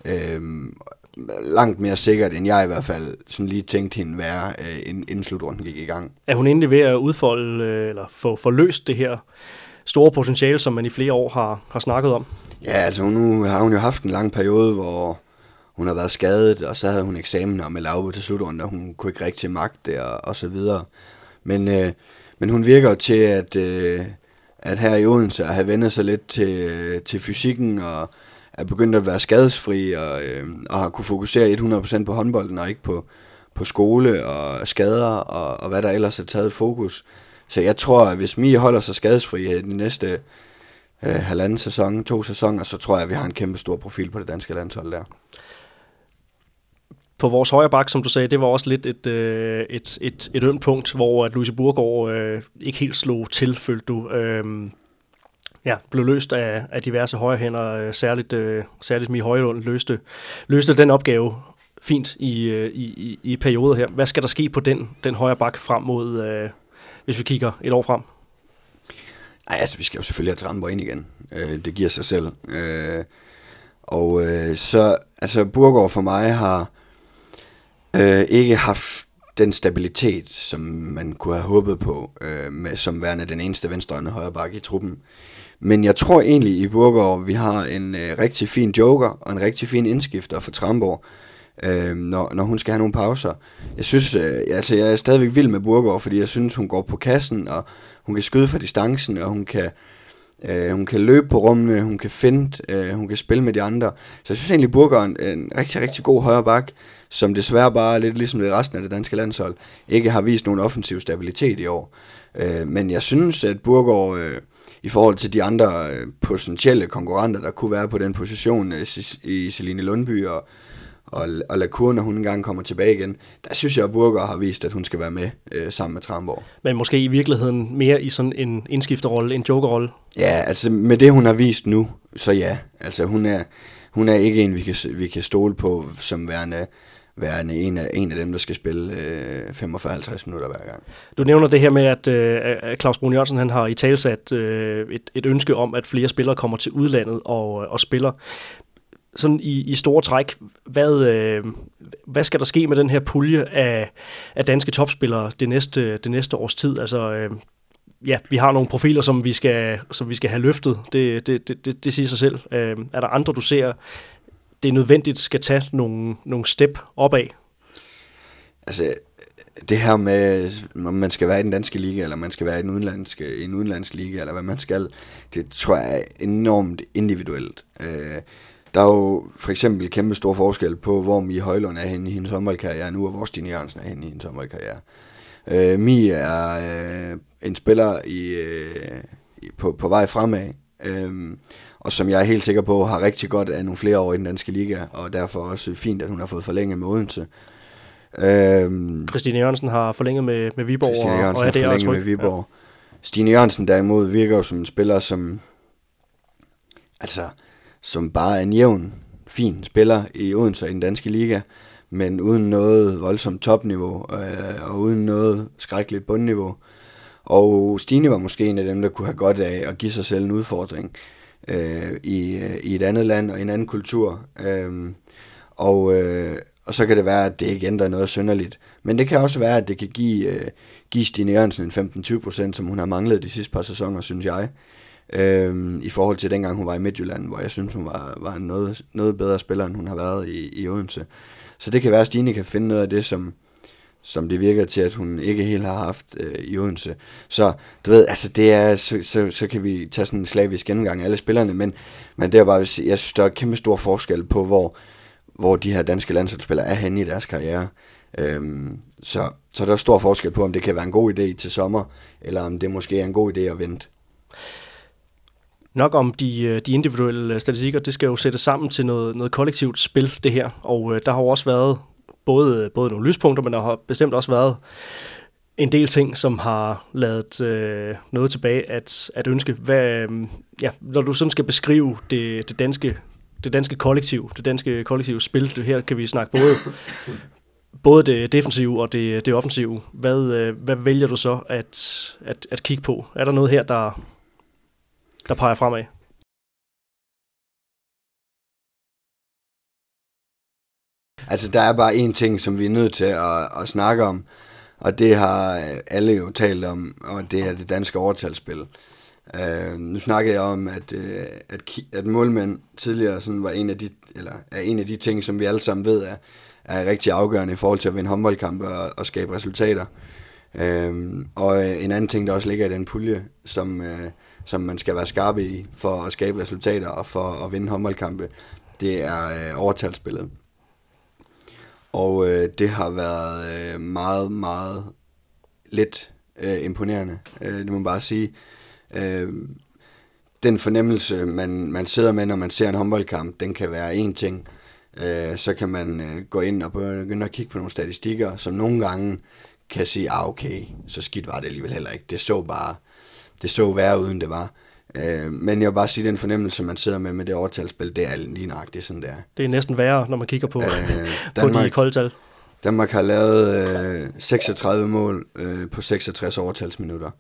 Langt mere sikkert, end jeg i hvert fald sådan lige tænkte hende være, inden slutrunden gik i gang. Er hun endelig ved at udfolde, eller få forløst det her store potentiale, som man i flere år har snakket om? Ja, altså nu har hun jo haft en lang periode, hvor hun har været skadet, og så havde hun eksamener med afbud til slutrunden, og hun kunne ikke rigtig magte det, og så videre. Men hun virker jo til, at her i Odense have vendt sig lidt til fysikken, og er begyndt at være skadesfri, og har kunne fokusere 100% på håndbolden, og ikke på skole og skader, og hvad der ellers er taget fokus. Så jeg tror, at hvis Mie holder sig skadesfri de næste halvanden sæson, 2 sæsoner, så tror jeg, at vi har en kæmpe stor profil på det danske landshold der. På vores højre bak, som du sagde, det var også lidt et ømt punkt, hvor at Louise Burgaard ikke helt slog til, følte du. Blev løst af diverse højrehænder, særligt Mie Højlund løste den opgave fint i perioder her. Hvad skal der ske på den højre bak frem mod, hvis vi kigger et år frem? Nej, altså vi skal jo selvfølgelig have Tranborg ind igen. Det giver sig selv. Så altså Burgaard for mig har ikke haft den stabilitet, som man kunne have håbet på, som værende den eneste venstrehåndede højre bakke i truppen. Men jeg tror egentlig i Burgaard, vi har en rigtig fin joker og en rigtig fin indskifter for Tranborg, når hun skal have nogle pauser. Jeg synes, jeg er stadigvæk vild med Burgaard, fordi jeg synes, hun går på kassen, og hun kan skyde fra distancen, og hun kan løbe på rummene, hun kan finde, hun kan spille med de andre. Så jeg synes egentlig, Burgaard er en rigtig, rigtig god højre bak, som desværre bare lidt ligesom det resten af det danske landshold, ikke har vist nogen offensiv stabilitet i år. Men jeg synes, at Burgaard i forhold til de andre potentielle konkurrenter, der kunne være på den position i Celine Lundby og Lacour, når hun engang kommer tilbage igen, der synes jeg, at Burgaard har vist, at hun skal være med sammen med Tranborg. Men måske i virkeligheden mere i sådan en indskifterrolle, en jokerrolle? Ja, altså med det, hun har vist nu, så ja. Altså hun er ikke en, vi kan stole på som værende en af dem, der skal spille 45-50 minutter hver gang. Du nævner det her med, at Claus Brun Jørgensen han har i talsat et ønske om, at flere spillere kommer til udlandet og spiller. Sådan i store træk, hvad skal der ske med den her pulje af danske topspillere det næste års tid? Altså, vi har nogle profiler, som vi skal have løftet. Det siger sig selv. Er der andre, du ser, det er nødvendigt skal tage nogle step opad? Altså, det her med, om man skal være i den danske liga, eller man skal være i en udenlandsk liga, eller hvad man skal, det tror jeg er enormt individuelt. Der er jo for eksempel kæmpe stor forskel på, hvor Mie Højlund er henne i hendes håndboldkarriere nu, og hvor Stine Jørgensen er henne i hendes håndboldkarriere. Mie er en spiller på vej fremad, og som jeg er helt sikker på, har rigtig godt af nogle flere år i den danske liga, og derfor også fint, at hun har fået forlænget med Odense. Christine Jørgensen har forlænget med Viborg. Christine Jørgensen har forlænget med Viborg. Ja. Stine Jørgensen derimod virker jo som en spiller, som altså som bare er en jævn, fin spiller i Odense i den danske liga, men uden noget voldsomt topniveau, og uden noget skrækkeligt bundniveau. Og Stine var måske en af dem, der kunne have godt af at give sig selv en udfordring i et andet land og i en anden kultur. Og så kan det være, at det ikke ændrer noget synderligt. Men det kan også være, at det kan give Stine Jørgensen en 15-20%, som hun har manglet de sidste par sæsoner, synes jeg. I forhold til dengang hun var i Midtjylland, hvor jeg synes, hun var en noget bedre spiller, end hun har været i Odense. Så det kan være, at Stine kan finde noget af det, som det virker til, at hun ikke helt har haft i Odense. Så du ved, altså det er, så kan vi tage sådan en slavisk gennemgang af alle spillerne, men det er bare, jeg synes, der er kæmpe stor forskel på, hvor de her danske landsholdsspillere er henne i deres karriere. Så der er stor forskel på, om det kan være en god idé til sommer, eller om det måske er en god idé at vente. Nok om de individuelle statistikker, det skal jo sættes sammen til noget kollektivt spil, det her. Og der har jo også været både nogle lyspunkter, men der har bestemt også været en del ting, som har ladet noget tilbage at ønske. Når du sådan skal beskrive det danske kollektiv, det danske kollektive spil, det her kan vi snakke både det defensive og det offensive. Hvad vælger du så at kigge på? Er der noget her, der peger fremad? Altså, der er bare én ting, som vi er nødt til at snakke om, og det har alle jo talt om, og det er det danske overtalsspil. Nu snakkede jeg om, at målmænd tidligere sådan var en af de ting, som vi alle sammen ved er rigtig afgørende i forhold til at vinde håndboldkampe og skabe resultater. Og en anden ting, der også ligger i den pulje, som man skal være skarp i for at skabe resultater og for at vinde håndboldkampe, det er overtalsspillet. Og det har været meget, meget lidt imponerende, det må man bare sige. Den fornemmelse, man sidder med, når man ser en håndboldkamp, den kan være en ting. Så kan man gå ind og begynde at kigge på nogle statistikker, som nogle gange kan sige, okay, så skidt var det alligevel heller ikke. Det så værre uden det var. Men jeg vil bare sige, den fornemmelse, man sidder med det overtalsspil, det er lige nøjagtigt sådan, det er. Det er næsten værre, når man kigger på, på de koldtal. Danmark har lavet 36 mål på 66 overtalsminutter.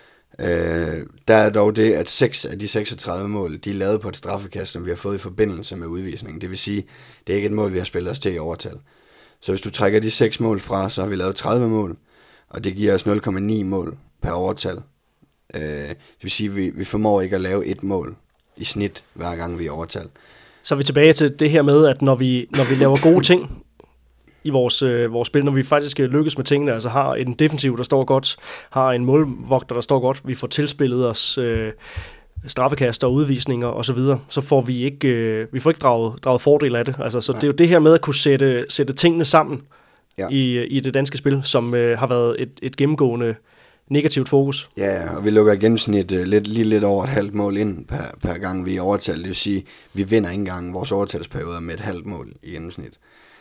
Der er dog det, at 6 af de 36 mål, de er lavet på et straffekast, som vi har fået i forbindelse med udvisningen. Det vil sige, det er ikke et mål, vi har spillet os til i overtal. Så hvis du trækker de 6 mål fra, så har vi lavet 30 mål, og det giver os 0,9 mål per overtal. Det vil sige, at vi formår ikke at lave et mål i snit, hver gang vi er overtal. Så er vi tilbage til det her med, at når vi laver gode ting i vores spil, når vi faktisk lykkes med tingene, altså har en defensiv, der står godt, har en målvogter, der står godt, vi får tilspillet os straffekaster og udvisninger osv., så får vi ikke draget fordel af det. Altså, så det er jo det her med at kunne sætte tingene sammen i det danske spil, som har været et gennemgående negativt fokus. Ja, og vi lukker i gennemsnit lidt over et halvt mål ind per gang vi er overtalt. Det vil sige, vi vinder ikke engang vores overtalsperioder med et halvt mål i gennemsnit.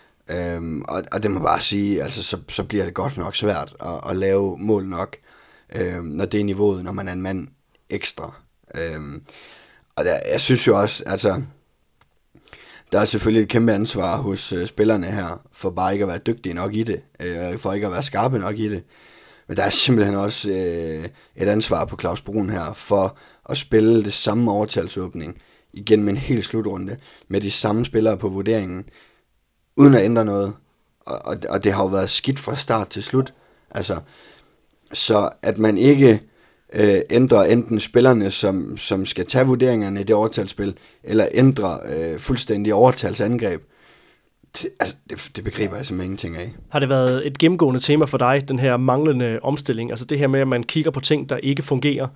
Og det må bare sige, altså så bliver det godt nok svært at lave mål nok, når det er niveauet, når man er en mand ekstra. Og jeg synes jo også, altså der er selvfølgelig et kæmpe ansvar hos spillerne her, for bare ikke at være dygtige nok i det, for ikke at være skarpe nok i det. Men der er simpelthen også et ansvar på Claus Brun her, for at spille det samme overtalsåbning igennem en hel slutrunde, med de samme spillere på vurderingen, uden at ændre noget. Og det har jo været skidt fra start til slut. Altså, så at man ikke ændrer enten spillerne, som skal tage vurderingerne i det overtalsspil, eller ændrer fuldstændig overtalsangreb, det begriber jeg simpelthen ingenting af. Har det været et gennemgående tema for dig, den her manglende omstilling? Altså det her med, at man kigger på ting, der ikke fungerer,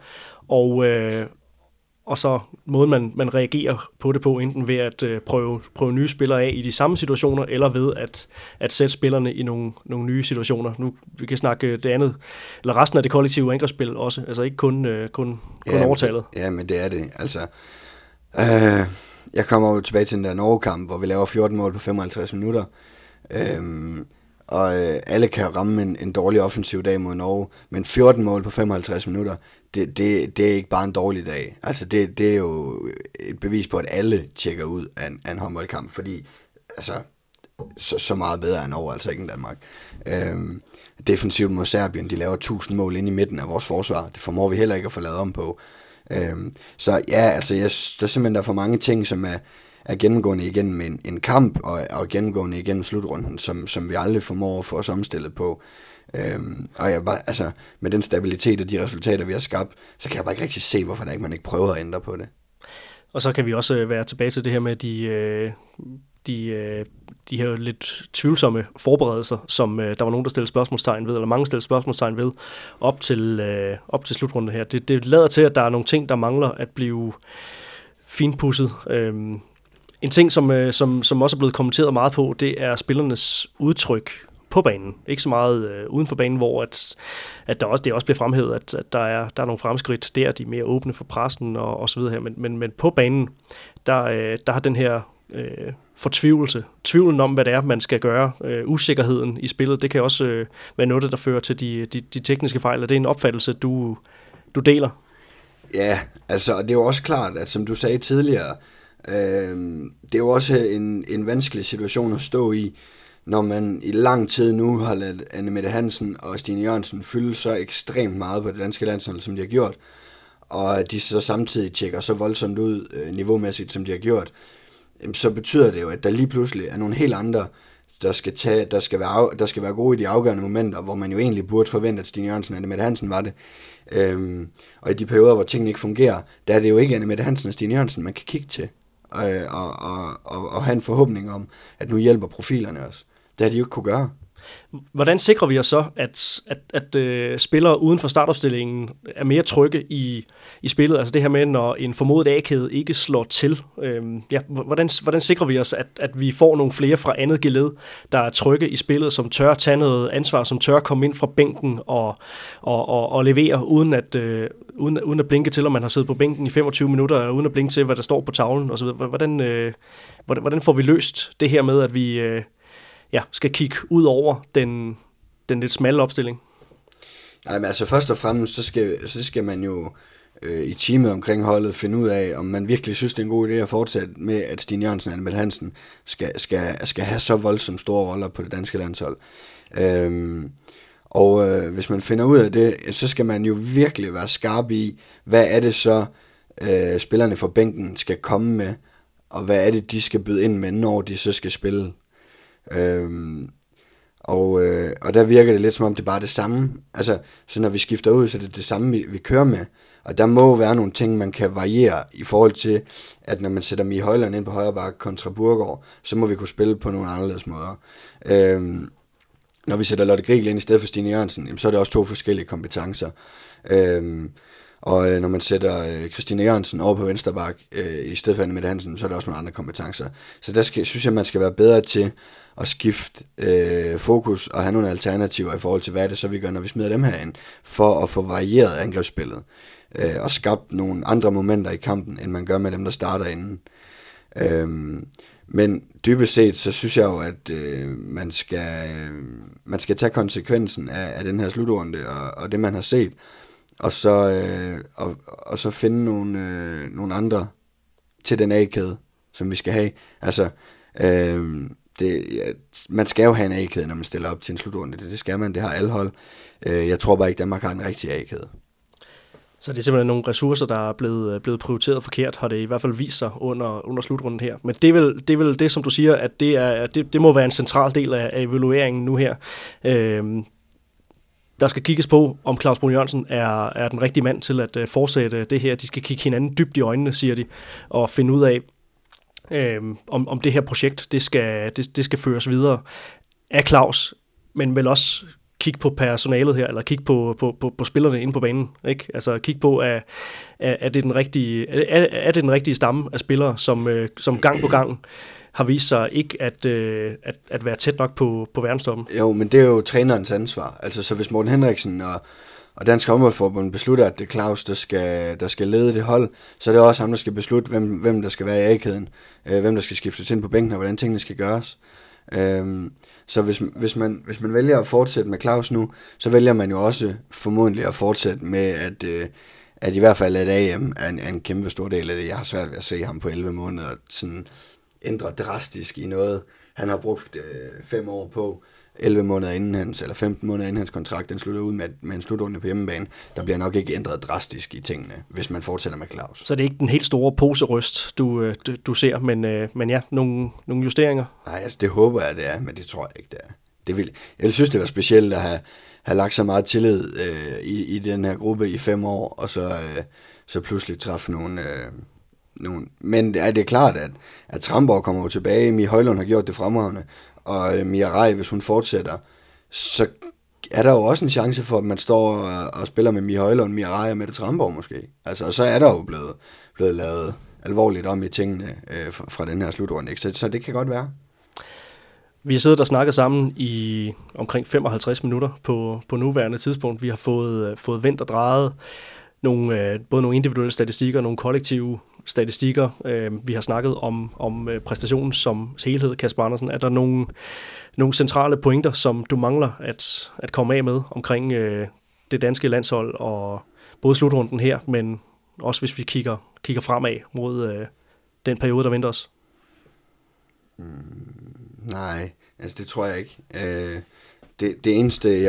og så måden, man reagerer på det på, enten ved at prøve nye spillere af i de samme situationer, eller ved at sætte spillerne i nogle nye situationer. Nu vi kan snakke det andet, eller resten af det kollektive angrebsspil også, altså ikke kun overtalet. Ja, men det er det. Altså, jeg kommer jo tilbage til den der Norge-kamp, hvor vi laver 14 mål på 55 minutter. og alle kan ramme en dårlig offensiv dag mod Norge, men 14 mål på 55 minutter, det er ikke bare en dårlig dag. Altså det er jo et bevis på, at alle tjekker ud af en håndboldkamp, fordi altså, så meget bedre end Norge, altså ikke end Danmark. Defensivt mod Serbien, de laver 1000 mål ind i midten af vores forsvar. Det formår vi heller ikke at få lavet om på. Så ja, altså der er simpelthen der for mange ting, som er gennemgående igennem en kamp, og gennemgående igennem slutrunden, som vi aldrig formår at få os omstillet på. Og jeg bare, altså, med den stabilitet og de resultater, vi har skabt, så kan jeg bare ikke rigtig se, hvorfor man ikke prøver at ændre på det. Og så kan vi også være tilbage til det her med de her lidt tvivlsomme forberedelser, som der var nogen, der stillede spørgsmålstegn ved, eller mange stillede spørgsmålstegn ved, op til slutrunden her. Det lader til, at der er nogle ting, der mangler at blive finpudset. En ting, som også er blevet kommenteret meget på, det er spillernes udtryk på banen. Ikke så meget uden for banen, hvor at det også bliver fremhævet, at der er nogle fremskridt der, de er mere åbne for pressen og så videre her. Men på banen, der har den her fortvivlelse, tvivlen om, hvad det er, man skal gøre, usikkerheden i spillet, det kan også være noget, der fører til de tekniske fejl. Er det en opfattelse, du deler? Ja, altså, det er jo også klart, at som du sagde tidligere, det er jo også en vanskelig situation at stå i, når man i lang tid nu har ladet Anne-Mette Hansen og Stine Jørgensen fylde så ekstremt meget på det danske landshold, som de har gjort, og de så samtidig tjekker så voldsomt ud niveaumæssigt, som de har gjort, så betyder det jo, at der lige pludselig er nogle helt andre, der skal være gode i de afgørende momenter, hvor man jo egentlig burde forvente, at Stine Jørgensen og Anne-Mette Hansen var det. Og i de perioder, hvor tingene ikke fungerer, der er det jo ikke Anne-Mette Hansen og Stine Jørgensen, man kan kigge til, og have en forhåbning om, at nu hjælper profilerne os. Det har de jo ikke kunne gøre. Hvordan sikrer vi os så, at spillere uden for startopstillingen er mere trygge i spillet? Altså det her med, når en formodet A-kæde ikke slår til. Hvordan sikrer vi os, at vi får nogle flere fra andet geled, der er trygge i spillet, som tør tage noget ansvar, som tør komme ind fra bænken og levere, uden at blinke til, om man har siddet på bænken i 25 minutter, eller uden at blinke til, hvad der står på tavlen osv. Hvordan får vi løst det her med, at vi skal kigge ud over den lidt smalle opstilling? Nej, men altså først og fremmest, så skal man jo i teamet omkring holdet finde ud af, om man virkelig synes, det er en god idé at fortsætte med, at Stine Jørgensen og Anne-Mette Hansen skal have så voldsomt store roller på det danske landshold. Hvis man finder ud af det, så skal man jo virkelig være skarp i, hvad er det så, spillerne fra bænken skal komme med, og hvad er det, de skal byde ind med, når de så skal spille. Og der virker det lidt som om det bare er det samme. Altså, så når vi skifter ud, så er det det samme vi kører med. Og der må være nogle ting, man kan variere i forhold til, at når man sætter Mie Højlund ind på højre bakke kontra Burgård, så må vi kunne spille på nogle anderledes måder. Når vi sætter Lotte Griegel ind i stedet for Stine Jørgensen, så er det også to forskellige kompetencer. Og når man sætter Christine Jørgensen over på venstre bakke i stedet for Anne-Mette Hansen, så er der også nogle andre kompetencer. Så der synes jeg, man skal være bedre til at skifte fokus og have nogle alternativer i forhold til, hvad det så vi gør, når vi smider dem herind, for at få varieret angrebsspillet og skabt nogle andre momenter i kampen, end man gør med dem, der starter inden. Men dybest set, så synes jeg jo, at man skal tage konsekvensen af den her slutrunde og det, man har set, og så finde nogle andre til den A-kæde, som vi skal have. Altså, man skal jo have en A-kæde, når man stiller op til en slutrunde. Det skal man, det har alle hold. Jeg tror bare ikke, Danmark har en rigtig A-kæde. Så det er simpelthen nogle ressourcer, der er blevet prioriteret forkert, har det i hvert fald vist sig under slutrunden her. Men det er vel det, som du siger, at det må være en central del af evalueringen nu her. Der skal kigges på, om Claus Brun Jørgensen er den rigtige mand til at fortsætte det her. De skal kigge hinanden dybt i øjnene, siger de, og finde ud af, om det her projekt, det skal føres videre af Claus, men vel også kigge på personalet her, eller kigge på spillerne inde på banen, ikke? Altså kigge på, er det den rigtige stamme af spillere, som gang på gang har vist sig ikke at være tæt nok på verdenstoppen. Jo, men det er jo trænerens ansvar. Altså, så hvis Morten Henriksen og Dansk Håndboldforbund beslutter, at det er Claus, der skal lede det hold, så er det også ham, der skal beslutte, hvem der skal være i A-kæden, hvem der skal skiftes ind på bænken, og hvordan tingene skal gøres. Så hvis man vælger at fortsætte med Claus nu, så vælger man jo også formodentlig at fortsætte med, at i hvert fald at AM er en kæmpe stor del af det. Jeg har svært ved at se ham på 11 måneder sådan ændre drastisk i noget. Han har brugt 5 år på 11 måneder inden eller 15 måneder inden hans kontrakt, den slutter ud med en slutrunde på hjemmebane. Der bliver nok ikke ændret drastisk i tingene, hvis man fortsætter med Claus. Så det er ikke den helt store poserøst, du ser, men ja, nogle justeringer? Nej, altså det håber jeg, det er, men det tror jeg ikke, det er. Jeg synes, det var specielt at have lagt så meget tillid i den her gruppe i 5 år, og så pludselig træffe nogle. Men det er klart, at Tramborg kommer jo tilbage. Mia Højlund har gjort det fremragende, og Mia Rej, hvis hun fortsætter, så er der jo også en chance for, at man står og spiller med Mia Højlund, Mia Rej og Mette Tramborg måske. Altså, og så er der jo blevet lavet alvorligt om i tingene fra den her slutrunde. Så det kan godt være. Vi har siddet og snakket sammen i omkring 55 minutter på nuværende tidspunkt. Vi har fået vendt og drejet både nogle individuelle statistikker og nogle kollektive statistikker. Vi har snakket om præstationen som helhed. Kasper Andersen, er der nogle centrale pointer, som du mangler at komme af med omkring det danske landshold og både slutrunden her, men også hvis vi kigger fremad mod den periode, der venter os? Nej, altså det tror jeg ikke. Det eneste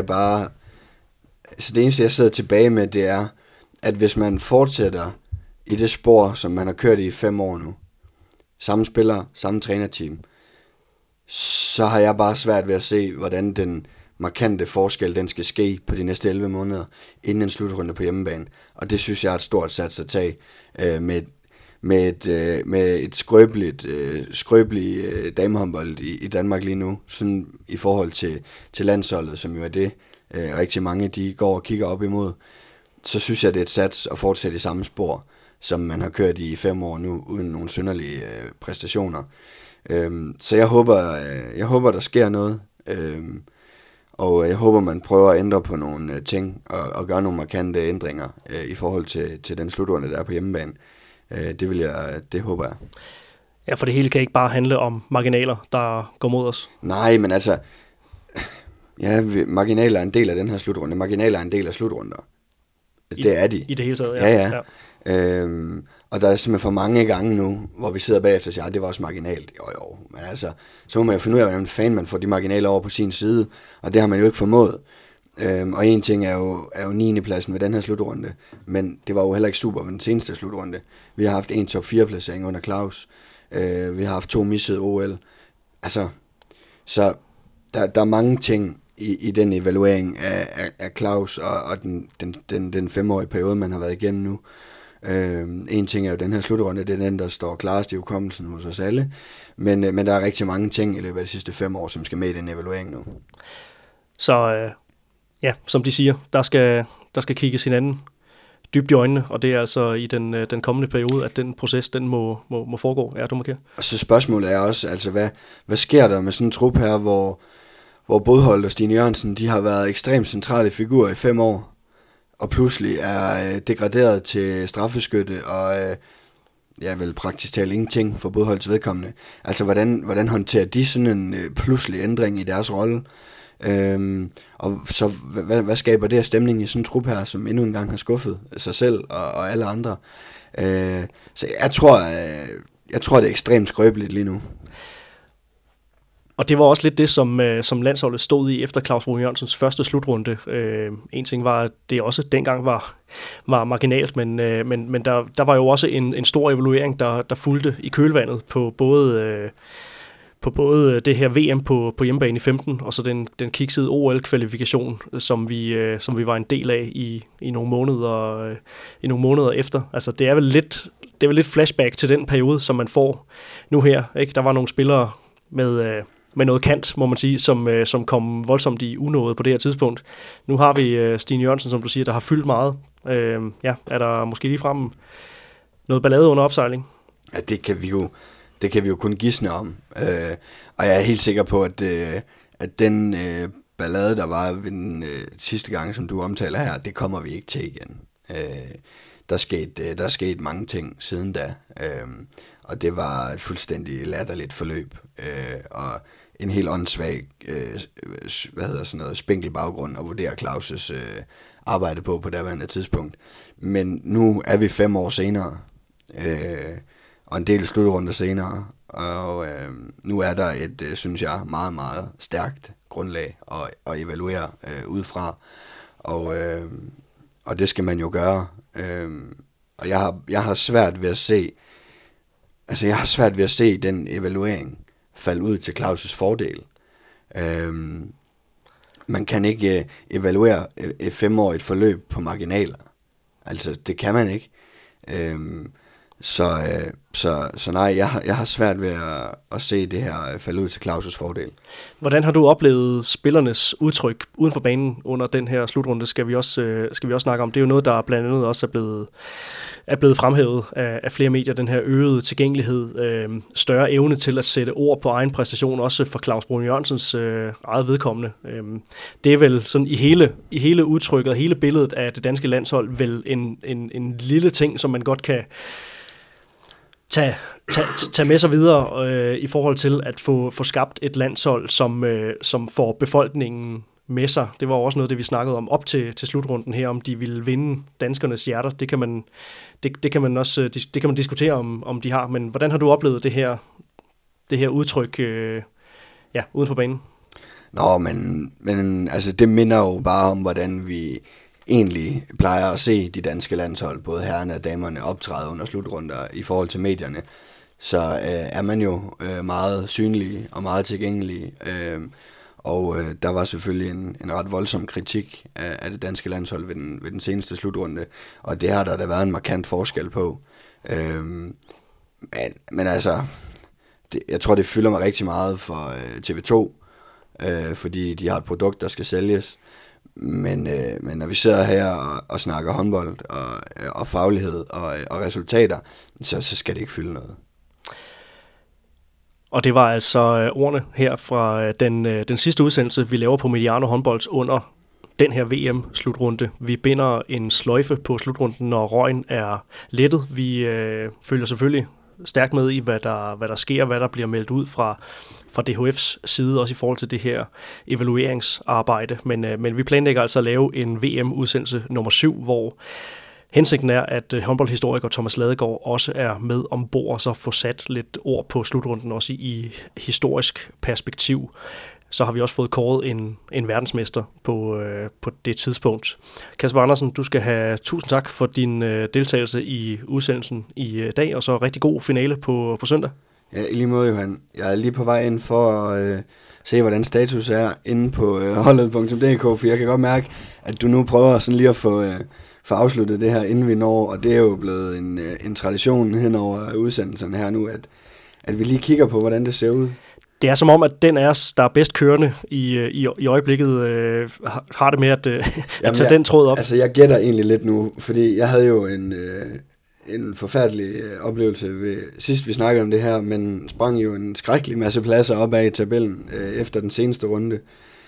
jeg sidder tilbage med, det er, at hvis man fortsætter i det spor, som man har kørt i 5 år nu, samme spiller, samme trænerteam, så har jeg bare svært ved at se, hvordan den markante forskel, den skal ske på de næste 11 måneder, inden en slutrunde på hjemmebane. Og det synes jeg er et stort sats at tage med et skrøbeligt damehåndbold i Danmark lige nu, sådan i forhold til landsholdet, som jo er det, rigtig mange de går og kigger op imod. Så synes jeg, det er et sats at fortsætte i samme spor, som man har kørt i 5 år nu, uden nogle synderlige præstationer. Så jeg håber, der sker noget, og jeg håber, man prøver at ændre på nogle ting, og gøre nogle markante ændringer i forhold til den slutrunde, der er på hjemmebane. Det håber jeg. Ja, for det hele kan ikke bare handle om marginaler, der går mod os. Nej, men altså, ja, marginaler er en del af den her slutrunde. Marginaler er en del af slutrunder. Det er de. I det hele taget, ja. Og der er simpelthen for mange gange nu, hvor vi sidder bagefter og siger, det var også marginalt. Jo, men altså, så må man jo finde ud af, hvordan fanden man får de marginaler over på sin side, og det har man jo ikke formået. Og en ting er jo 9. pladsen ved den her slutrunde, men det var jo heller ikke super ved den seneste slutrunde. Vi har haft en top 4 placering under Claus. Vi har haft 2 missede OL. Altså, så der er mange ting i den evaluering af Claus og den 5-årige periode, man har været igennem nu. En ting er jo den her slutrunde, det er den, der står klarest i hukommelsen hos os alle, men der er rigtig mange ting i løbet af de sidste 5 år, som skal med i den evaluering nu. Så ja, som de siger, der skal kigges hinanden dybt i øjnene, og det er altså i den kommende periode, at den proces, den må foregå. Ja, du markerer. Og så spørgsmålet er også, altså hvad sker der med sådan en trup her, hvor Bodholt og Stine Jørgensen, de har været ekstremt centrale figurer i 5 år, og pludselig er degraderet til straffeskytte, og vel praktisk talt ingenting for Bodholts vedkommende. Altså, hvordan håndterer de sådan en pludselig ændring i deres rolle? Og så, hvad skaber det af stemning i sådan en trup her, som endnu engang har skuffet sig selv og alle andre? Så jeg tror, det er ekstremt skrøbeligt lige nu. Og det var også lidt det, som landsholdet stod i efter Claus Brun Jørgensens første slutrunde. En ting var, at det også dengang var marginalt, men der var jo også en stor evaluering, der fulgte i kølvandet på både det her VM på hjemmebane i 15, og så den kiksede OL-kvalifikation, som vi var en del af i nogle måneder efter. Altså det er vel lidt flashback til den periode, som man får nu her. Ikke? Der var nogle spillere med noget kant, må man sige, som kom voldsomt i unåde på det her tidspunkt. Nu har vi Stine Jørgensen, som du siger, der har fyldt meget. Er der måske ligefrem noget ballade under opsejling? Ja, det kan vi jo kun gisne om. Og jeg er helt sikker på, at den ballade, der var ved den sidste gang, som du omtaler her, det kommer vi ikke til igen. Der skete mange ting siden da, og det var et fuldstændig latterligt forløb, og en helt åndssvag spinkel baggrund at vurdere Claus' arbejde på daværende tidspunkt. Men nu er vi 5 år senere, og en del slutrunder senere, og nu er der et, synes jeg, meget, meget stærkt grundlag at evaluere udefra, og det skal man jo gøre. Og jeg har svært ved at se, den evaluering falde ud til Claus' fordel. Man kan ikke evaluere et 5-årigt forløb på marginaler. Altså, det kan man ikke. Så nej, jeg har svært ved at se det her falde ud til Claus' fordel. Hvordan har du oplevet spillernes udtryk uden for banen under den her slutrunde? Skal vi også snakke om. Det er jo noget, der blandt andet også er blevet fremhævet af flere medier, den her øgede tilgængelighed, større evne til at sætte ord på egen præstation, også for Claus Brun Jørgensens eget vedkommende. Det er vel sådan i hele udtrykket og hele billedet af det danske landshold vel en lille ting, som man godt kan tage med sig videre i forhold til at få skabt et landshold, som får befolkningen med sig. Det var også noget, det vi snakkede om op til slutrunden her, om de ville vinde danskernes hjerter. Det kan man diskutere om de har, men hvordan har du oplevet det her udtryk uden for banen? Nå, men altså det minder jo bare om, hvordan vi egentlig plejer at se de danske landshold, både herrerne og damerne, optræde under slutrunder i forhold til medierne. Så er man jo meget synlig og meget tilgængelig. Og der var selvfølgelig en ret voldsom kritik af det danske landshold ved den seneste slutrunde, og det har der været en markant forskel på. Men altså, jeg tror, det fylder mig rigtig meget for TV2, fordi de har et produkt, der skal sælges. Men når vi sidder her og snakker håndbold og faglighed og resultater, så skal det ikke fylde noget. Og det var altså ordene her fra den sidste udsendelse, vi laver på Mediano Håndbolds under den her VM-slutrunde. Vi binder en sløjfe på slutrunden, når røgen er lettet. Vi følger selvfølgelig stærkt med i, hvad der sker, hvad der bliver meldt ud fra DHF's side, også i forhold til det her evalueringsarbejde. Men vi planlægger altså at lave en VM-udsendelse nummer 7, hvor hensigten er, at håndboldhistoriker Thomas Ladegaard også er med ombord, og så få sat lidt ord på slutrunden, også i historisk perspektiv. Så har vi også fået kåret en verdensmester på det tidspunkt. Kasper Andersen, du skal have tusind tak for din deltagelse i udsendelsen i dag, og så rigtig god finale på søndag. Ja, i lige måde, Johan. Jeg er lige på vej ind for at se, hvordan status er inde på holdet.dk, for jeg kan godt mærke, at du nu prøver sådan lige at få afsluttet det her, inden vi når, og det er jo blevet en tradition hen over udsendelserne her nu, at vi lige kigger på, hvordan det ser ud. Det er som om, at den af os, der er bedst kørende i øjeblikket, har det med at tage den tråd op. Altså, jeg gætter egentlig lidt nu, fordi jeg havde jo en forfærdelig oplevelse sidst vi snakkede om det her, men sprang jo en skrækkelig masse pladser opad i tabellen efter den seneste runde.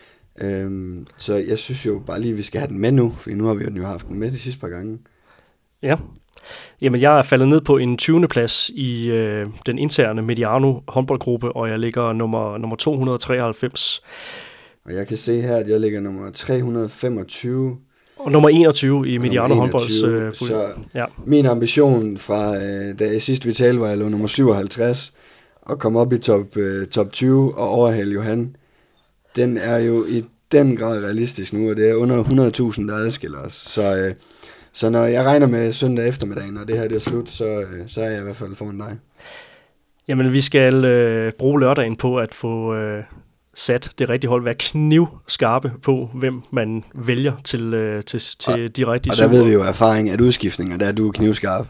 Så jeg synes jo bare lige, vi skal have den med nu, fordi nu har vi jo haft den med de sidste par gange. Ja. Jamen, jeg er faldet ned på en 20. plads i den interne Mediano håndboldgruppe, og jeg ligger nummer 293. Og jeg kan se her, at jeg ligger nummer 325. Og nummer 21 i Mediano håndbolds. Så ja. Min ambition fra da sidst vi talte, var jeg lå nummer 57, og kom op i top 20 og overhale Johan. Den er jo i den grad realistisk nu, og det er under 100.000, der adskiller os. Så når jeg regner med søndag eftermiddagen, og det her det er slut, så er jeg i hvert fald foran dig. Jamen, vi skal bruge lørdagen på at få sat det rigtige hold, være knivskarpe på, hvem man vælger til de rigtige. Og der ved vi jo erfaring, at udskiftninger, der er du knivskarp.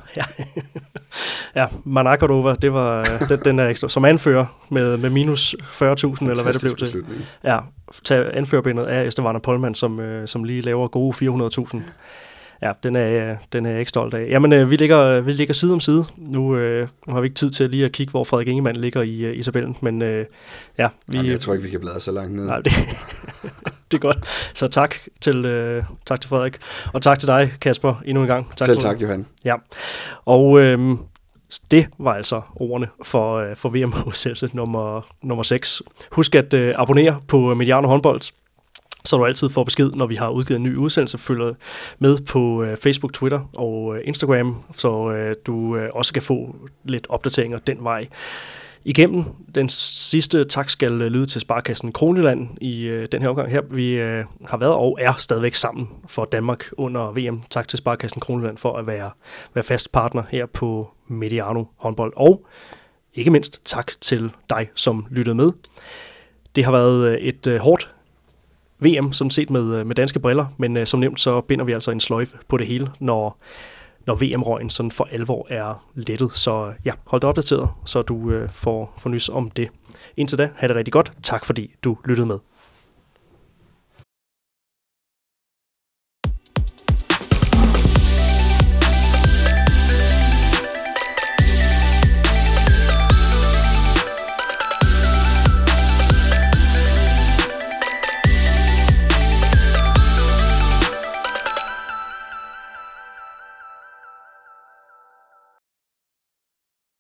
Ja, Manakorova, det var den er ekstra. Som anfører med minus 40.000, eller hvad det blev til. Ja, tag anførerbindet af Estevana Polman, som lige laver gode 400.000. Ja, den er jeg ikke stolt af. Jamen, vi ligger side om side. Nu har vi ikke tid til lige at kigge, hvor Frederik Ingemann ligger i tabellen, men ja. Jamen, jeg tror ikke, vi kan bladre så langt ned. Nej, det er godt. Så tak til Frederik, og tak til dig, Kasper, endnu en gang. Selv tak, Johan. Ja, og Det var altså ordene for VM-udsendelse nummer 6. Husk at abonnere på Mediano Håndbold, så du altid får besked, når vi har udgivet en ny udsendelse. Følg med på Facebook, Twitter og Instagram, så du også kan få lidt opdateringer den vej igennem. Den sidste tak skal lyde til Sparekassen Kronjylland i den her omgang her. Vi har været og er stadigvæk sammen for Danmark under VM. Tak til Sparekassen Kronjylland for at være fast partner her på Mediano Håndbold. Og ikke mindst tak til dig, som lyttede med. Det har været et hårdt VM, sådan set med danske briller, men som nævnt, så binder vi altså en sløjfe på det hele, når VM-røgen sådan for alvor er lettet. Så ja, hold dig opdateret, så du får nys om det. Indtil da, have det rigtig godt. Tak fordi du lyttede med.